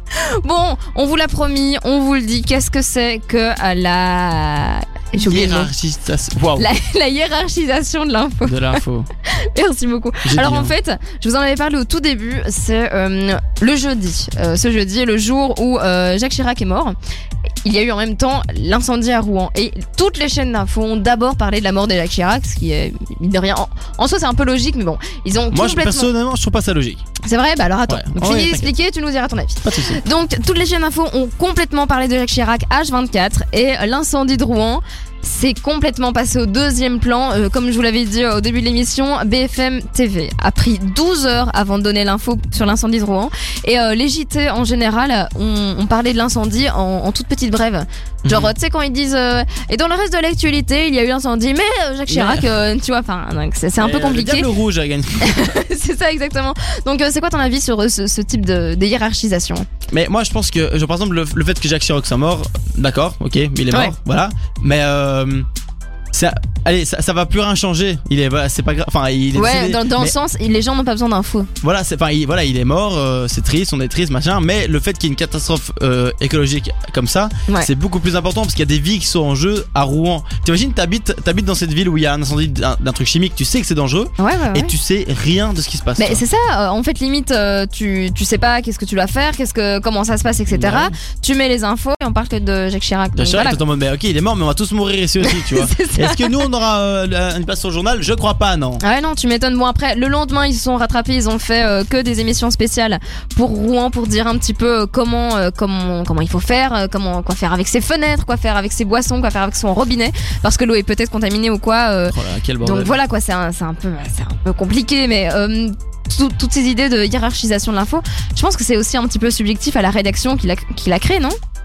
Bon, on vous l'a promis, on vous le dit. Qu'est-ce que c'est que euh, la. J'ai oublié le mot. Hiérarchisation. Waouh. La, la hiérarchisation de l'info. De l'info. Merci beaucoup. J'ai Alors dit, en hein. fait, je vous en avais parlé au tout début, c'est euh, le jeudi. Euh, ce jeudi est le jour où euh, Jacques Chirac est mort. Il y a eu en même temps l'incendie à Rouen. Et toutes les chaînes d'infos ont d'abord parlé de la mort de Jacques Chirac, ce qui est, mine de rien, en, en soi c'est un peu logique, mais bon, ils ont Moi, je, complètement... personnellement, je trouve pas ça logique. C'est vrai. Bah alors attends. Ouais. Donc Ouais, finis t'inquiète. d'expliquer, tu nous diras ton avis. Pas de soucis. Donc toutes les chaînes d'infos ont complètement parlé de Jacques Chirac H vingt-quatre et l'incendie de Rouen. C'est complètement passé au deuxième plan. Euh, comme je vous l'avais dit euh, au début de l'émission, B F M T V a pris douze heures avant de donner l'info sur l'incendie de Rouen. Et euh, les J T en général ont, ont parlé de l'incendie en, en toute petite brève. Genre, Mhm. tu sais, quand ils disent euh, et dans le reste de l'actualité, il y a eu l'incendie, mais euh, Jacques Chirac, euh, tu vois, enfin, donc, c'est c'est un peu Euh, compliqué. Le diable rouge a gagné. C'est ça exactement. Donc, euh, c'est quoi ton avis sur euh, ce, ce type de, de hiérarchisation? Mais moi, je pense que, genre, par exemple, le, le fait que Jacques Chirac soit mort, d'accord, ok, mais il est mort, Ouais. voilà. Mais euh, ça, allez, ça, ça va plus rien changer. Il est, voilà, c'est pas grave. Enfin, il est Ouais, décédé, dans, dans le mais sens, les gens n'ont pas besoin d'infos. Voilà, c'est, enfin, il, voilà, il est mort. euh, c'est triste, on est triste, machin. Mais le fait qu'il y ait une catastrophe euh, écologique comme ça, Ouais. c'est beaucoup plus important parce qu'il y a des vies qui sont en jeu à Rouen. T'imagines, t'habites, t'habites dans cette ville où il y a un incendie d'un, d'un truc chimique. Tu sais que c'est dangereux Ouais, ouais, ouais. et tu sais rien de ce qui se passe. Mais toi. c'est ça, euh, en fait, limite, euh, tu, tu sais pas qu'est-ce que tu dois faire, qu'est-ce que, comment ça se passe, et cetera. Ouais. Tu mets les infos et on parle que de Jacques Chirac. Jacques Donc, Chirac, voilà. t'es en mode, mais ok, il est mort, mais on va tous mourir ici aussi, tu vois. C'est ça. Est-ce que nous, on aura euh, une place sur le journal? Je crois pas, non. Ah ouais, non, tu m'étonnes. Bon, après, le lendemain, ils se sont rattrapés, ils ont fait euh, que des émissions spéciales pour Rouen, pour dire un petit peu euh, comment, euh, comment, comment il faut faire, euh, comment, quoi faire avec ses fenêtres, quoi faire avec ses boissons, quoi faire avec son robinet, parce que l'eau est peut-être contaminée ou quoi. euh, Oh là, quel bordel. donc voilà, quoi, c'est un, c'est un, peu, c'est un peu compliqué, mais. Euh, tout- toutes ces idées de hiérarchisation de l'info, je pense que c'est aussi un petit peu subjectif à la rédaction qui l'a, qui l'a créé, non?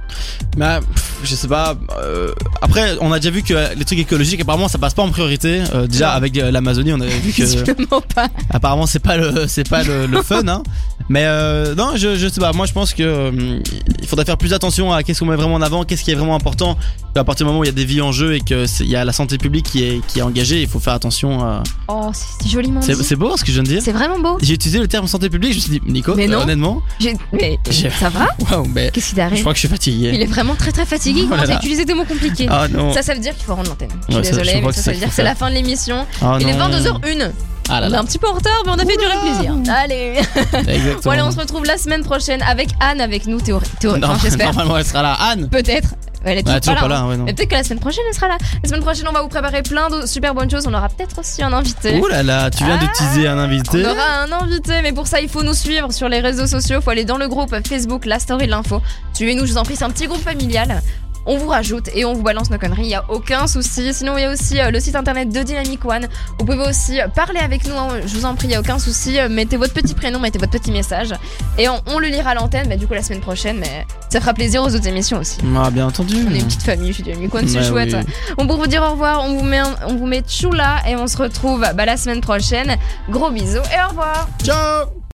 Bah, pff, je sais pas. euh, après, on a déjà vu que les trucs écologiques, apparemment, ça passe pas en priorité. Euh, déjà, Non. avec euh, l'Amazonie, on avait vu que. Visiblement pas. Apparemment, c'est pas le, c'est pas le, le fun, hein. Mais euh, non, je, je sais pas. Moi, je pense que euh, il faudrait faire plus attention à qu'est-ce qu'on met vraiment en avant, qu'est-ce qui est vraiment important. À partir du moment où il y a des vies en jeu et que c'est- il y a la santé publique qui est, qui est engagée, il faut faire attention. À... Oh, c'est si joliment dit. C'est, c'est beau ce que je viens de dire. C'est vraiment beau. J'ai utilisé le terme santé publique. Je me suis dit, Nico, Mais non. euh, honnêtement, J'ai- Mais J'ai- ça va? waouh, mais Qu'est-ce qui je t'arrive? crois que je suis fatigué. Il est vraiment très très fatigué. Il Oh là commence à là. utiliser des mots compliqués. Ah non. Ça, ça veut dire qu'il faut rendre l'antenne. Je suis Ouais, ça, je désolée, crois mais que ça, c'est ça veut ça dire que qu'il c'est faut la fin de l'émission. Ah Il est non. vingt-deux heures une. Ah là On est là. un petit peu en retard, mais on a fait durer le plaisir. Allez. Exactement. Bon, allez, on se retrouve la semaine prochaine avec Anne avec nous, théorie. théorie Non, enfin, j'espère. normalement, elle sera là. Anne. Peut-être. Elle est toujours, Ouais, toujours pas pas là. là, hein. ouais, non. Mais peut-être que la semaine prochaine, elle sera là. La semaine prochaine, on va vous préparer plein de super bonnes choses. On aura peut-être aussi un invité. Ouh là là, tu viens Ah. de teaser un invité. On aura un invité, mais pour ça, il faut nous suivre sur les réseaux sociaux. Il faut aller dans le groupe Facebook La Story de l'Info. Suivez-nous, je vous en prie, c'est un petit groupe familial. on vous rajoute et on vous balance nos conneries, il n'y a aucun souci. Sinon il y a aussi euh, le site internet de Dynamic One, vous pouvez aussi parler avec nous, hein, je vous en prie, il n'y a aucun souci, mettez votre petit prénom, mettez votre petit message et on, on le lira à l'antenne, bah, du coup la semaine prochaine, mais ça fera plaisir aux autres émissions aussi. Ah, bien entendu. On est une petite famille chez Dynamic One, c'est bah, chouette. Oui. Bon, pour vous dire au revoir, on vous met, un, on vous met Chula et on se retrouve bah, la semaine prochaine. Gros bisous et au revoir. Ciao.